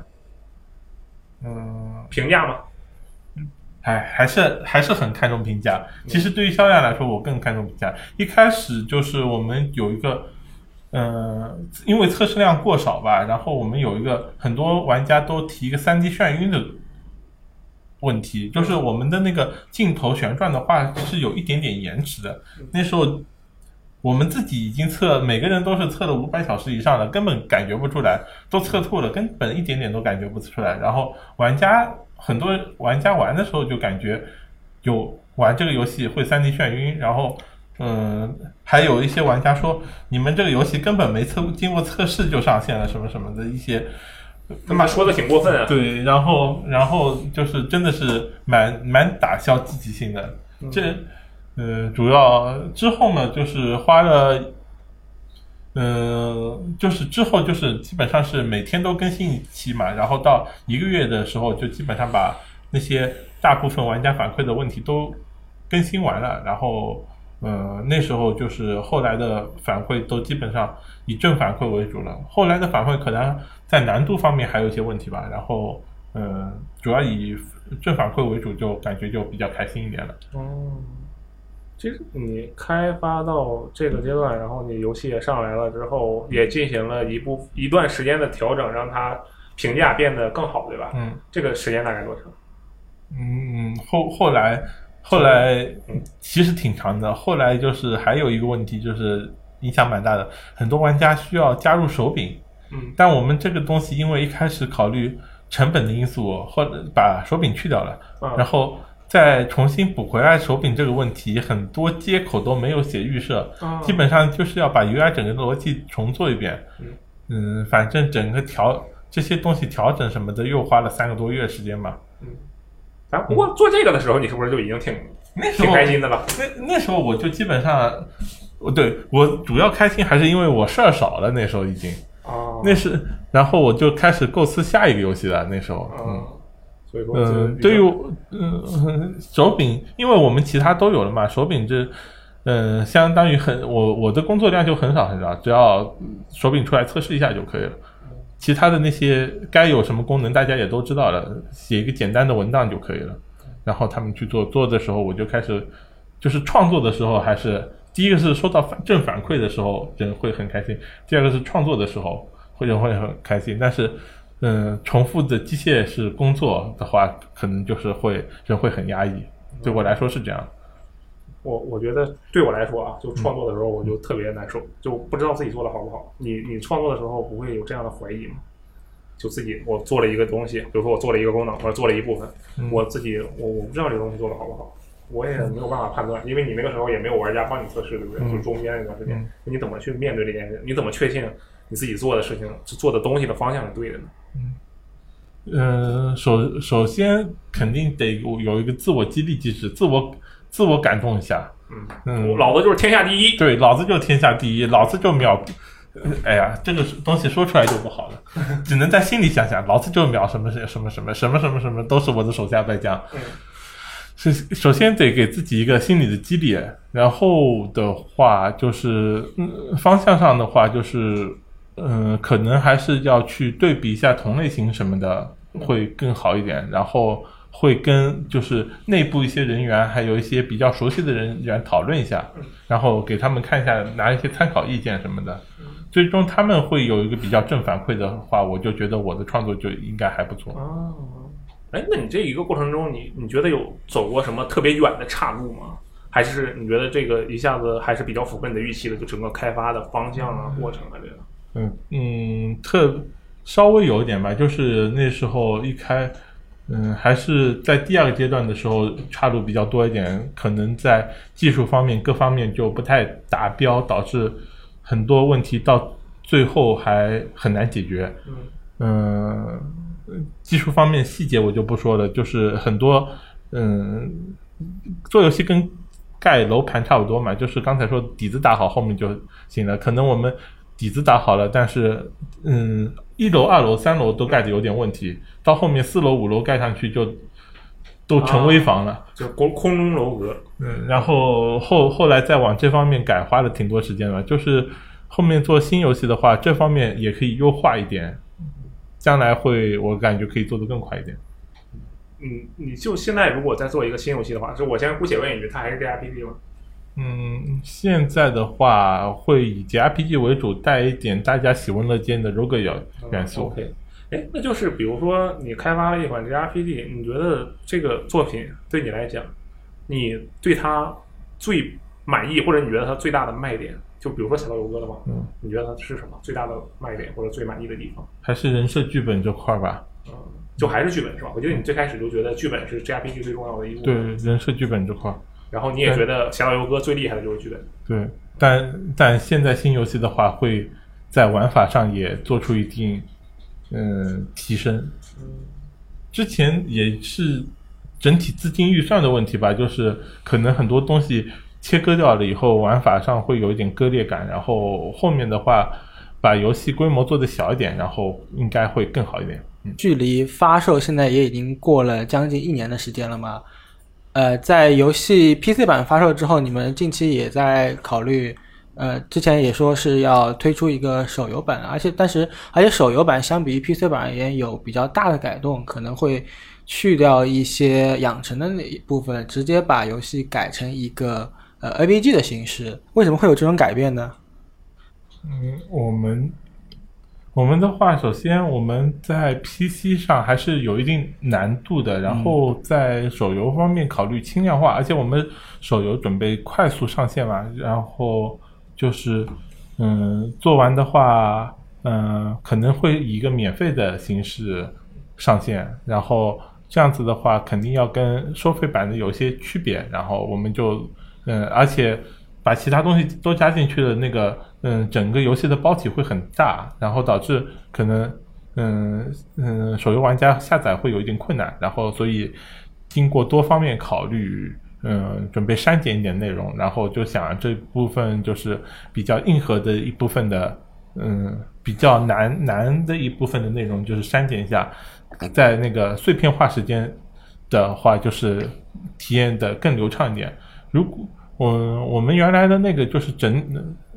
嗯， 评价吗？ 哎，还是还是很看重评价。其实对于销量来说，我更看重评价。一开始就是我们有一个。呃，因为测试量过少吧，然后我们有一个很多玩家都提一个 三 D 眩晕的问题，就是我们的那个镜头旋转的话是有一点点延迟的。那时候我们自己已经测，每个人都是测了五百小时以上的，根本感觉不出来，都测吐了，根本一点点都感觉不出来。然后玩家很多玩家玩的时候就感觉有玩这个游戏会 三 D 眩晕，然后嗯，还有一些玩家说你们这个游戏根本没测经过测试就上线了，什么什么的一些， 他妈说的挺过分啊。 对，然后然后就是真的是蛮蛮打消积极性的。嗯、这呃主要之后呢，就是花了，呃就是之后就是基本上是每天都更新一期嘛，然后到一个月的时候就基本上把那些大部分玩家反馈的问题都更新完了，然后。呃，那时候就是后来的反馈都基本上以正反馈为主了，后来的反馈可能在难度方面还有一些问题吧，然后呃，主要以正反馈为主，就感觉就比较开心一点了。 哦、嗯，其实你开发到这个阶段，然后你游戏也上来了之后，也进行了一部一段时间的调整，让它评价变得更好，对吧？ 嗯， 这个时间大概多长？ 嗯，后后来。后来其实挺长的，后来就是还有一个问题，就是影响蛮大的，很多玩家需要加入手柄， 嗯， 但我们这个东西因为一开始考虑成本的因素，或者把手柄去掉了， 嗯、 然后再重新补回来手柄这个问题，很多接口都没有写预设， 嗯、 基本上就是要把 U I 整个逻辑重做一遍， 嗯， 嗯，反正整个调这些东西调整什么的又花了三个多月时间吧， 嗯。啊，不过做这个的时候，你是不是就已经挺那时候挺开心的了？ 那那时候我就基本上，对我主要开心还是因为我事儿少了，那时候已经哦， 那是，然后我就开始构思下一个游戏了。那时候，嗯， 所以说， 嗯，对于嗯手柄，因为我们其他都有了嘛，手柄这嗯相当于很我我的工作量就很少很少，只要手柄出来测试一下就可以了。 其他的那些该有什么功能大家也都知道了，写一个简单的文档就可以了。然后他们去做做的时候，我就开始就是创作的时候，还是第一个是收到反正反馈的时候人会很开心，第二个是创作的时候会人会很开心。但是嗯，重复的机械式工作的话，可能就是会人会很压抑，对我来说是这样。 我我觉得对我来说啊，就创作的时候我就特别难受，就不知道自己做的好不好。你你创作的时候不会有这样的怀疑吗？就自己我做了一个东西，比如说我做了一个功能或者做了一部分， 嗯、 我自己我我不知道这个东西做的好不好，我也没有办法判断，因为你那个时候也没有玩家帮你测试，对不对？嗯、就中间那段时间，嗯、你怎么去面对这件事？你怎么确信你自己做的事情做的东西的方向是对的呢？ 嗯。嗯，首首先肯定得有一个自我激励机制，自我自我感动一下。 嗯嗯，老子就是天下第一。 对，老子就是天下第一，老子就秒。哎呀，这个东西说出来就不好了，只能在心里想想，老子就秒什么什么什么什么什么什么什么都是我的手下败将。 嗯， 是首先得给自己一个心理的激励，然后的话就是、嗯、方向上的话就是。嗯，可能还是要去对比一下同类型什么的会更好一点，然后会跟就是内部一些人员还有一些比较熟悉的人员讨论一下，然后给他们看一下，拿一些参考意见什么的，最终他们会有一个比较正反馈的话，我就觉得我的创作就应该还不错。 哦，哎，那你这一个过程中你你觉得有走过什么特别远的岔路吗？还是你觉得这个一下子还是比较符合你的预期的，就整个开发的方向啊过程啊这个？ 嗯嗯，特稍微有一点吧，就是那时候一开，嗯，还是在第二个阶段的时候岔路比较多一点，可能在技术方面各方面就不太达标，导致很多问题到最后还很难解决。嗯，嗯技术方面细节我就不说了，就是很多，嗯，做游戏跟盖楼盘差不多嘛，就是刚才说底子打好后面就行了，可能我们。底子打好了，但是嗯，一楼、二楼、三楼都盖的有点问题，到后面四楼、五楼盖上去就都成危房了，啊、 就空空中楼阁。 嗯，然后后后来再往这方面改，花了挺多时间了。就是后面做新游戏的话，这方面也可以优化一点，将来会我感觉可以做得更快一点。 嗯，你就现在如果再做一个新游戏的话，就我先姑且问一句，它还是 J R P G 吗？ 嗯，现在的话会以 J R P G 为主，带一点大家喜闻乐见的 rogue 元素。 嗯、OK， 哎，那就是比如说你开发了一款 J R P G， 你觉得这个作品对你来讲，你对它最满意，或者你觉得它最大的卖点，就比如说《侠盗游歌》的话，嗯，你觉得它是什么最大的卖点或者最满意的地方？ 还是人设剧本这块吧。 嗯，就还是剧本是吧？我觉得你最开始就觉得剧本是 J R P G 最重要的一部分。 对，人设剧本这块。 然后你也觉得《侠盗游歌》最厉害的就是剧本。 对，但但现在新游戏的话，会在玩法上也做出一定嗯提升。 嗯， 之前也是整体资金预算的问题吧，就是可能很多东西切割掉了以后，玩法上会有一点割裂感，然后后面的话把游戏规模做得小一点，然后应该会更好一点。嗯， 距离发售现在也已经过了将近一年的时间了嘛。呃，在游戏 P C 版发售之后，你们近期也在考虑，呃，之前也说是要推出一个手游版，而且但是而且手游版相比于 P C 版而言有比较大的改动，可能会去掉一些养成的那一部分，直接把游戏改成一个呃 A V G 的形式。为什么会有这种改变呢？ 嗯，我们我们的话，首先我们在 P C 上还是有一定难度的，然后在手游方面考虑轻量化，而且我们手游准备快速上线嘛，然后就是嗯，做完的话，嗯，可能会以一个免费的形式上线，然后这样子的话，肯定要跟收费版的有些区别，然后我们就嗯，而且把其他东西都加进去的那个。嗯，整个游戏的包体会很大，然后导致可能嗯嗯手游玩家下载会有一点困难，然后所以经过多方面考虑，嗯，准备删减一点内容，然后就想这部分就是比较硬核的一部分的，嗯，比较难难的一部分的内容就是删减一下，在那个碎片化时间的话，就是体验的更流畅一点。如果我我们原来的那个就是整。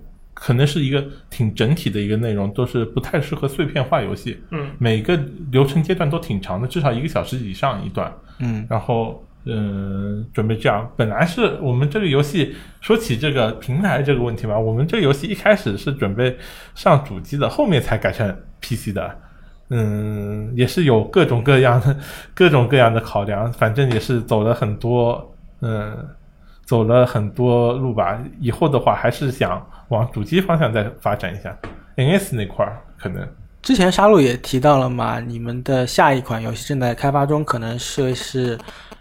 可能是一个挺整体的一个内容，都是不太适合碎片化游戏。 嗯， 每个流程阶段都挺长的，至少一个小时以上一段。 嗯， 然后嗯、呃，准备这样。本来是我们这个游戏说起这个平台这个问题吧，我们这个游戏一开始是准备上主机的，后面才改成 P C 的。嗯，也是有各种各样的各种各样的考量，反正也是走了很多嗯。走了很多路吧，以后的话还是想往主机方向再发展一下 N S 那块可能之前沙鹿也提到了嘛，你们的下一款游戏正在开发中，可能是是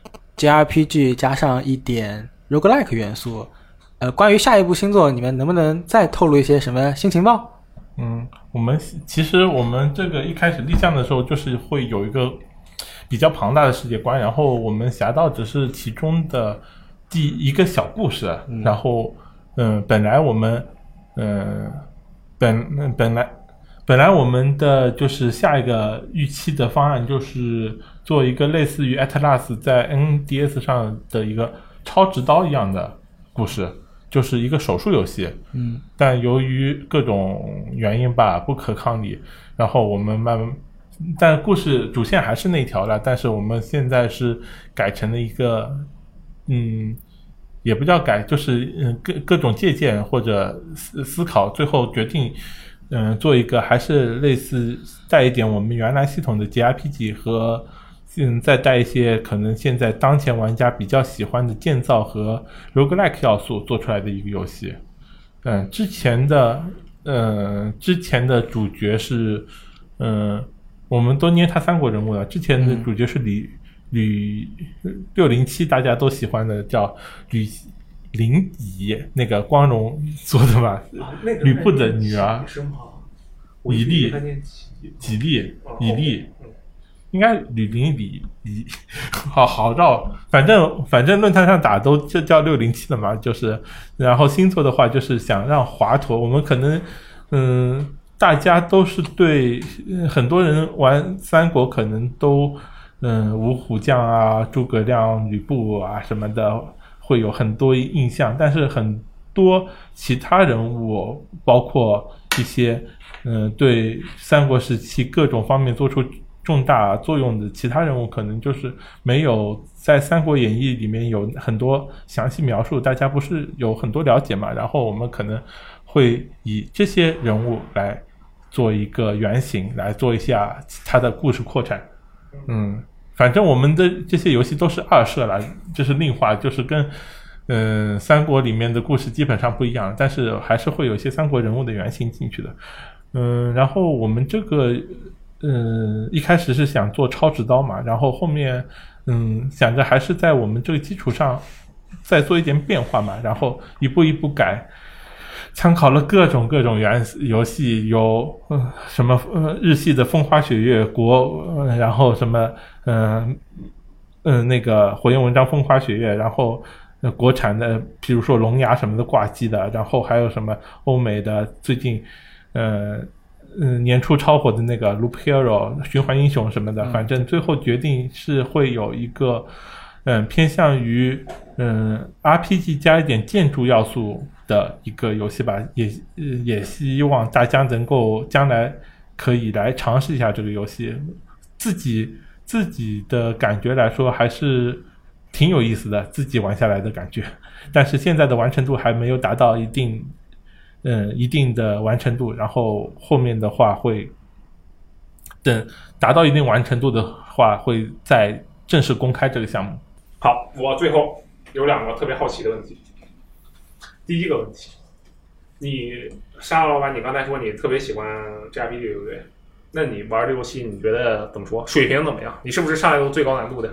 J R P G 加上一点 roguelike 元素。呃，关于下一部新作，你们能不能再透露一些什么新情报？ 嗯，我们其实我们这个一开始立项的时候，就是会有一个比较庞大的世界观，然后我们侠盗只是其中的第一个小故事， 嗯、 然后嗯、呃，本来我们嗯、呃、本本来本来我们的就是下一个预期的方案就是做一个类似于 Atlas 在 N D S 上的一个超直刀一样的故事，就是一个手术游戏。 嗯， 但由于各种原因吧，不可抗力，然后我们慢慢。但故事主线还是那条了，但是我们现在是改成了一个。嗯，也不叫改，就是嗯各各种借鉴或者思思考，最后决定嗯做一个还是类似带一点我们原来系统的 J R P G 和嗯再带一些可能现在当前玩家比较喜欢的建造和 roguelike 要素做出来的一个游戏。嗯，之前的嗯之前的主角是嗯我们都捏他三国人物了，之前的主角是李。嗯吕六零七大家都喜欢的叫吕灵仪，那个光荣做的吧，啊那个、吕布的女儿，以利吉利以利，应该吕灵李李，好好绕，反正反正论坛上打都就叫六零七了嘛，就是，然后星座的话就是想让华佗，我们可能嗯大家都是对很多人玩三国可能都。嗯，五虎将啊，诸葛亮、吕布啊什么的，会有很多印象。但是很多其他人物，包括一些嗯对三国时期各种方面做出重大作用的其他人物，可能就是没有在《三国演义》里面有很多详细描述，大家不是有很多了解嘛？然后我们可能会以这些人物来做一个原型，来做一下他的故事扩展。嗯。反正我们的这些游戏都是二设了，就是另化，就是跟嗯三国里面的故事基本上不一样，但是还是会有一些三国人物的原型进去的。嗯，然后我们这个嗯一开始是想做超直刀嘛，然后后面嗯想着还是在我们这个基础上再做一点变化嘛，然后一步一步改。参考了各种各种原游戏，有、呃、什么、呃、日系的风花雪月国、呃，然后什么嗯嗯、呃、那个火焰文章风花雪月，然后、呃、国产的比如说龙牙什么的挂机的，然后还有什么欧美的最近呃嗯、呃、年初超火的那个 Loop Hero 循环英雄什么的，反正最后决定是会有一个嗯偏向于嗯 R P G 加一点建筑要素的一个游戏吧，也也希望大家能够将来可以来尝试一下这个游戏，自己自己的感觉来说还是挺有意思的，自己玩下来的感觉，但是现在的完成度还没有达到一定嗯一定的完成度，然后后面的话会等达到一定完成度的话会再正式公开这个项目。 好，我最后有两个特别好奇的问题。第一个问题，你沙老板，你刚才说你特别喜欢 J R P G 对不对？那你玩这游戏，你觉得怎么说？水平怎么样？你是不是上来都最高难度的？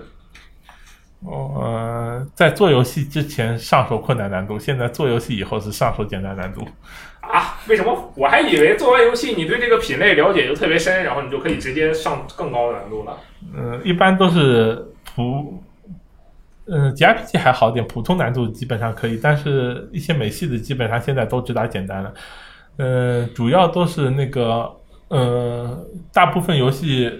呃，在做游戏之前上手困难难度，现在做游戏以后是上手简单难度。 啊？为什么？我还以为做完游戏你对这个品类了解就特别深，然后你就可以直接上更高的难度了。 嗯、呃，一般都是普。嗯 ，J R P G 还好点，普通难度基本上可以，但是一些美系的基本上现在都只打简单了。嗯、呃，主要都是那个，呃，大部分游戏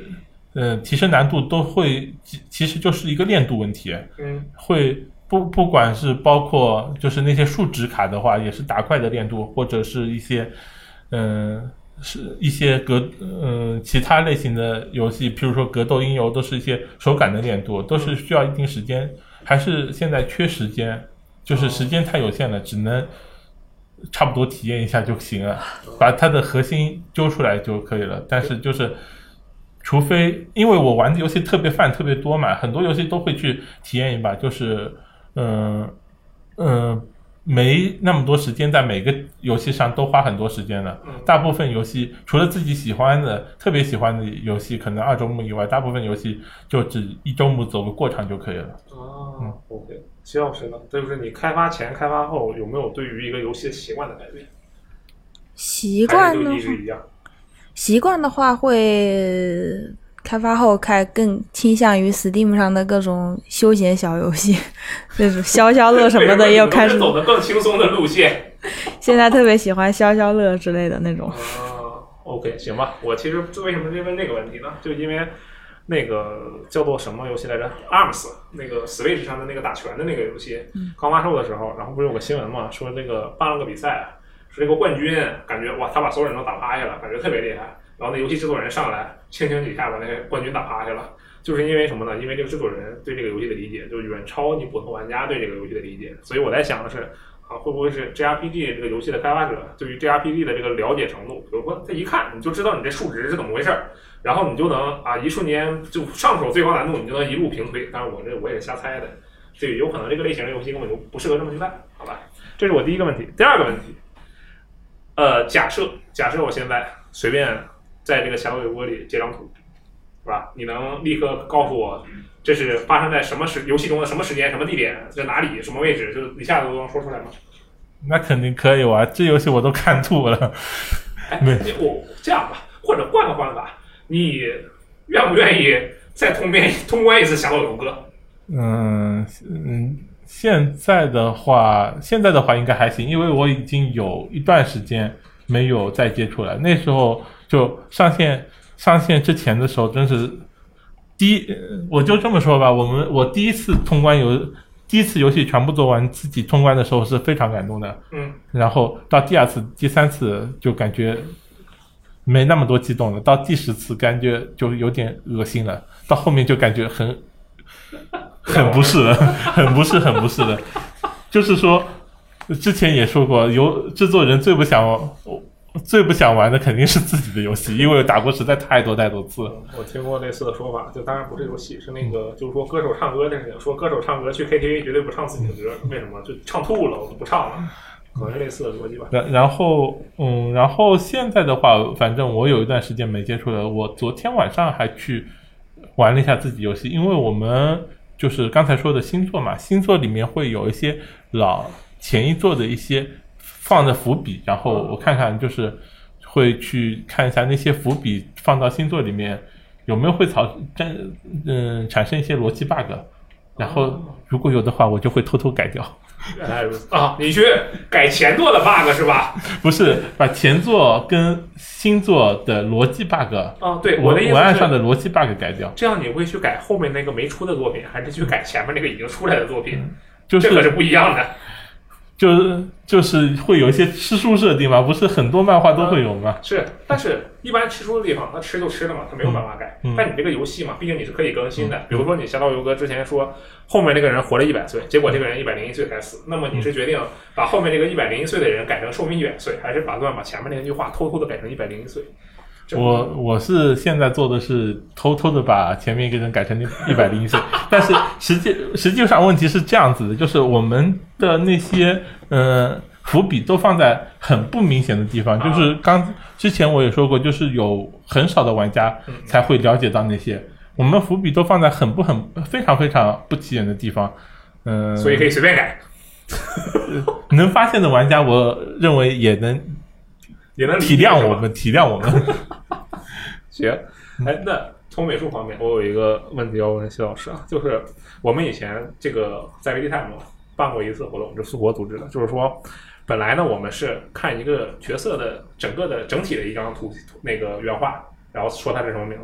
呃提升难度都会其实就是一个练度问题， 嗯， 会不不管是包括就是那些数值卡的话，也是打怪的练度，或者是一些嗯。呃是一些格嗯、呃、其他类型的游戏，譬如说格斗音游，都是一些手感的练度，都是需要一定时间，还是现在缺时间，就是时间太有限了，只能差不多体验一下就行了，把它的核心揪出来就可以了。但是就是除非因为我玩的游戏特别泛特别多嘛，很多游戏都会去体验一把，就是嗯嗯。呃呃没那么多时间在每个游戏上都花很多时间了，大部分游戏除了自己喜欢的特别喜欢的游戏可能二周目以外，大部分游戏就只一周目走个过场就可以了。 哦、嗯、OK， 齐老师呢，这就是你开发前开发后有没有对于一个游戏的习惯的改变？ 习惯的话一直一样， 习惯的话会开发后开更倾向于 Steam 上的各种休闲小游戏，那种消消乐什么的也有开始走的更轻松的路线。 现在特别喜欢消消乐之类的那种。 啊 ，OK， 行吧。我其实为什么问这个问题呢？就因为那个叫做什么游戏来着 ？A R M S 那个 Switch 上的那个打拳的那个游戏，刚发售的时候，然后不是有个新闻嘛，说这个办了个比赛，说这个冠军感觉哇，他把所有人都打趴下了，感觉特别厉害。然后那游戏制作人上来轻轻几下把那个冠军打趴下了，就是因为什么呢？因为这个制作人对这个游戏的理解就远超你普通玩家对这个游戏的理解，所以我在想的是啊，会不会是 J R P G 这个游戏的开发者对于 J R P G 的这个了解程度，比如说他一看你就知道你这数值是怎么回事，然后你就能啊一瞬间就上手最高难度，你就能一路平推。但是我这我也是瞎猜的，所以有可能这个类型的游戏根本就不适合这么去干，好吧？这是我第一个问题。第二个问题，呃，假设假设我现在随便在这个侠盗游锅里截张图，是吧？你能立刻告诉我这是发生在什么时游戏中的什么时间、什么地点、在哪里、什么位置，就一下子都能说出来吗？ 那肯定可以啊，这游戏我都看吐了。 哎，我这样吧，或者换个方法，你愿不愿意再通遍通关一次侠盗游歌？ 嗯嗯，现在的话，现在的话应该还行，因为我已经有一段时间没有再接触了。那时候就上线上线之前的时候，真是第一，我就这么说吧，我们我第一次通关游，第一次游戏全部做完自己通关的时候是非常感动的， 嗯， 然后到第二次、第三次就感觉没那么多激动了，到第十次感觉就有点恶心了，到后面就感觉很很不适了，很不适，很不适的。就是说，之前也说过，游制作人最不想最不想玩的肯定是自己的游戏，因为打过实在太多太多次了。 我听过类似的说法，就当然不是游戏，是那个就是说歌手唱歌的事情，说歌手唱歌去 K T V 绝对不唱自己的歌，为什么？就唱吐了，我就不唱了。可能是类似的逻辑吧。 然然后，嗯，然后现在的话，反正我有一段时间没接触了。我昨天晚上还去玩了一下自己游戏，因为我们就是刚才说的星座嘛，星座里面会有一些老前一作的一些放的伏笔，然后我看看就是会去看一下那些伏笔放到星座里面有没有会草嗯产生一些逻辑 bug， 然后如果有的话，我就会偷偷改掉。 原来如此啊！你去改前作的 bug 是吧？ 不是，把前作跟新作的逻辑 bug 啊，对，我的意思是文案上的逻辑 bug 改掉。 这样你会去改后面那个没出的作品，还是去改前面那个已经出来的作品？ 嗯、就是这可是不一样的。 就是就是会有一些吃书设定嘛，不是很多漫画都会有吗？ 嗯、是，但是一般吃书的地方，他吃就吃了嘛，他没有办法改。 嗯、 但你这个游戏嘛，毕竟你是可以更新的。嗯、比如说你侠盗游哥之前说后面那个人活了一百岁，结果这个人一百零一岁才死，那么你是决定把后面这个一百零一岁的人改成寿命一百岁，还是打算把前面那句话偷偷的改成一百零一岁？ 我我是现在做的是偷偷的把前面一个人改成一百零一岁，但是实际实际上问题是这样子的，就是我们的那些呃伏笔都放在很不明显的地方，就是刚之前我也说过，就是有很少的玩家才会了解到那些，我们伏笔都放在很不很非常非常不起眼的地方，嗯、呃， 所以可以随便改， 能发现的玩家，我认为也能。 也能体谅我们，体谅我们。 行，哎，那从美术方面，我有一个问题要问谢老师啊，就是我们以前这个在 V D Time 办过一次活动，就苏活组织的，就是说，本来呢我们是看一个角色的整个的整体的一张图那个原画，然后说它是什么名字，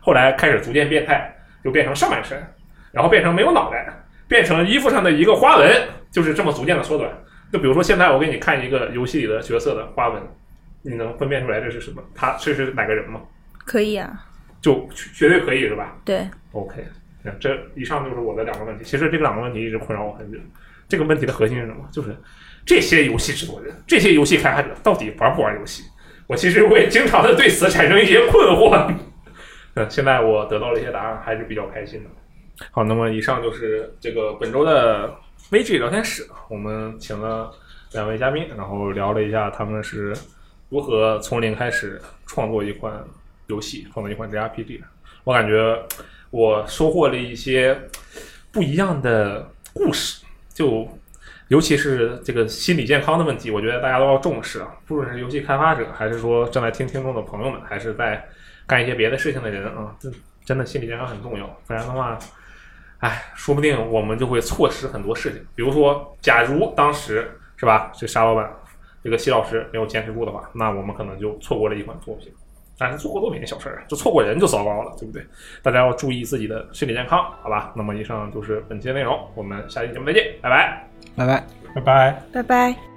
后来开始逐渐变态，就变成上半身，然后变成没有脑袋，变成衣服上的一个花纹，就是这么逐渐的缩短。就比如说现在我给你看一个游戏里的角色的花纹，你能分辨出来这是什么？他这是哪个人吗？ 可以啊， 就绝对可以是吧？ 对 ，OK。这以上就是我的两个问题。其实这两个问题一直困扰我很久。这个问题的核心是什么？就是这些游戏制作人、这些游戏开发者到底玩不玩游戏？我其实会经常的对此产生一些困惑。嗯，现在我得到了一些答案，还是比较开心的。好，那么以上就是这个本周的 V G 聊天室，我们请了两位嘉宾，然后聊了一下他们是如何从零开始创作一款游戏，创作一款 J R P G 的。我感觉我收获了一些不一样的故事，就尤其是这个心理健康的问题，我觉得大家都要重视啊，不论是游戏开发者，还是说正在听听众的朋友们，还是在干一些别的事情的人啊，这真的心理健康很重要，不然的话，哎，说不定我们就会错失很多事情。比如说，假如当时是吧，这沙老板、这个西老师没有坚持住的话，那我们可能就错过了一款作品。但是错过作品小事儿，就错过人就糟糕了，对不对？大家要注意自己的心理健康，好吧？那么以上就是本期的内容，我们下期节目再见，拜拜， 拜拜， 拜拜， 拜拜。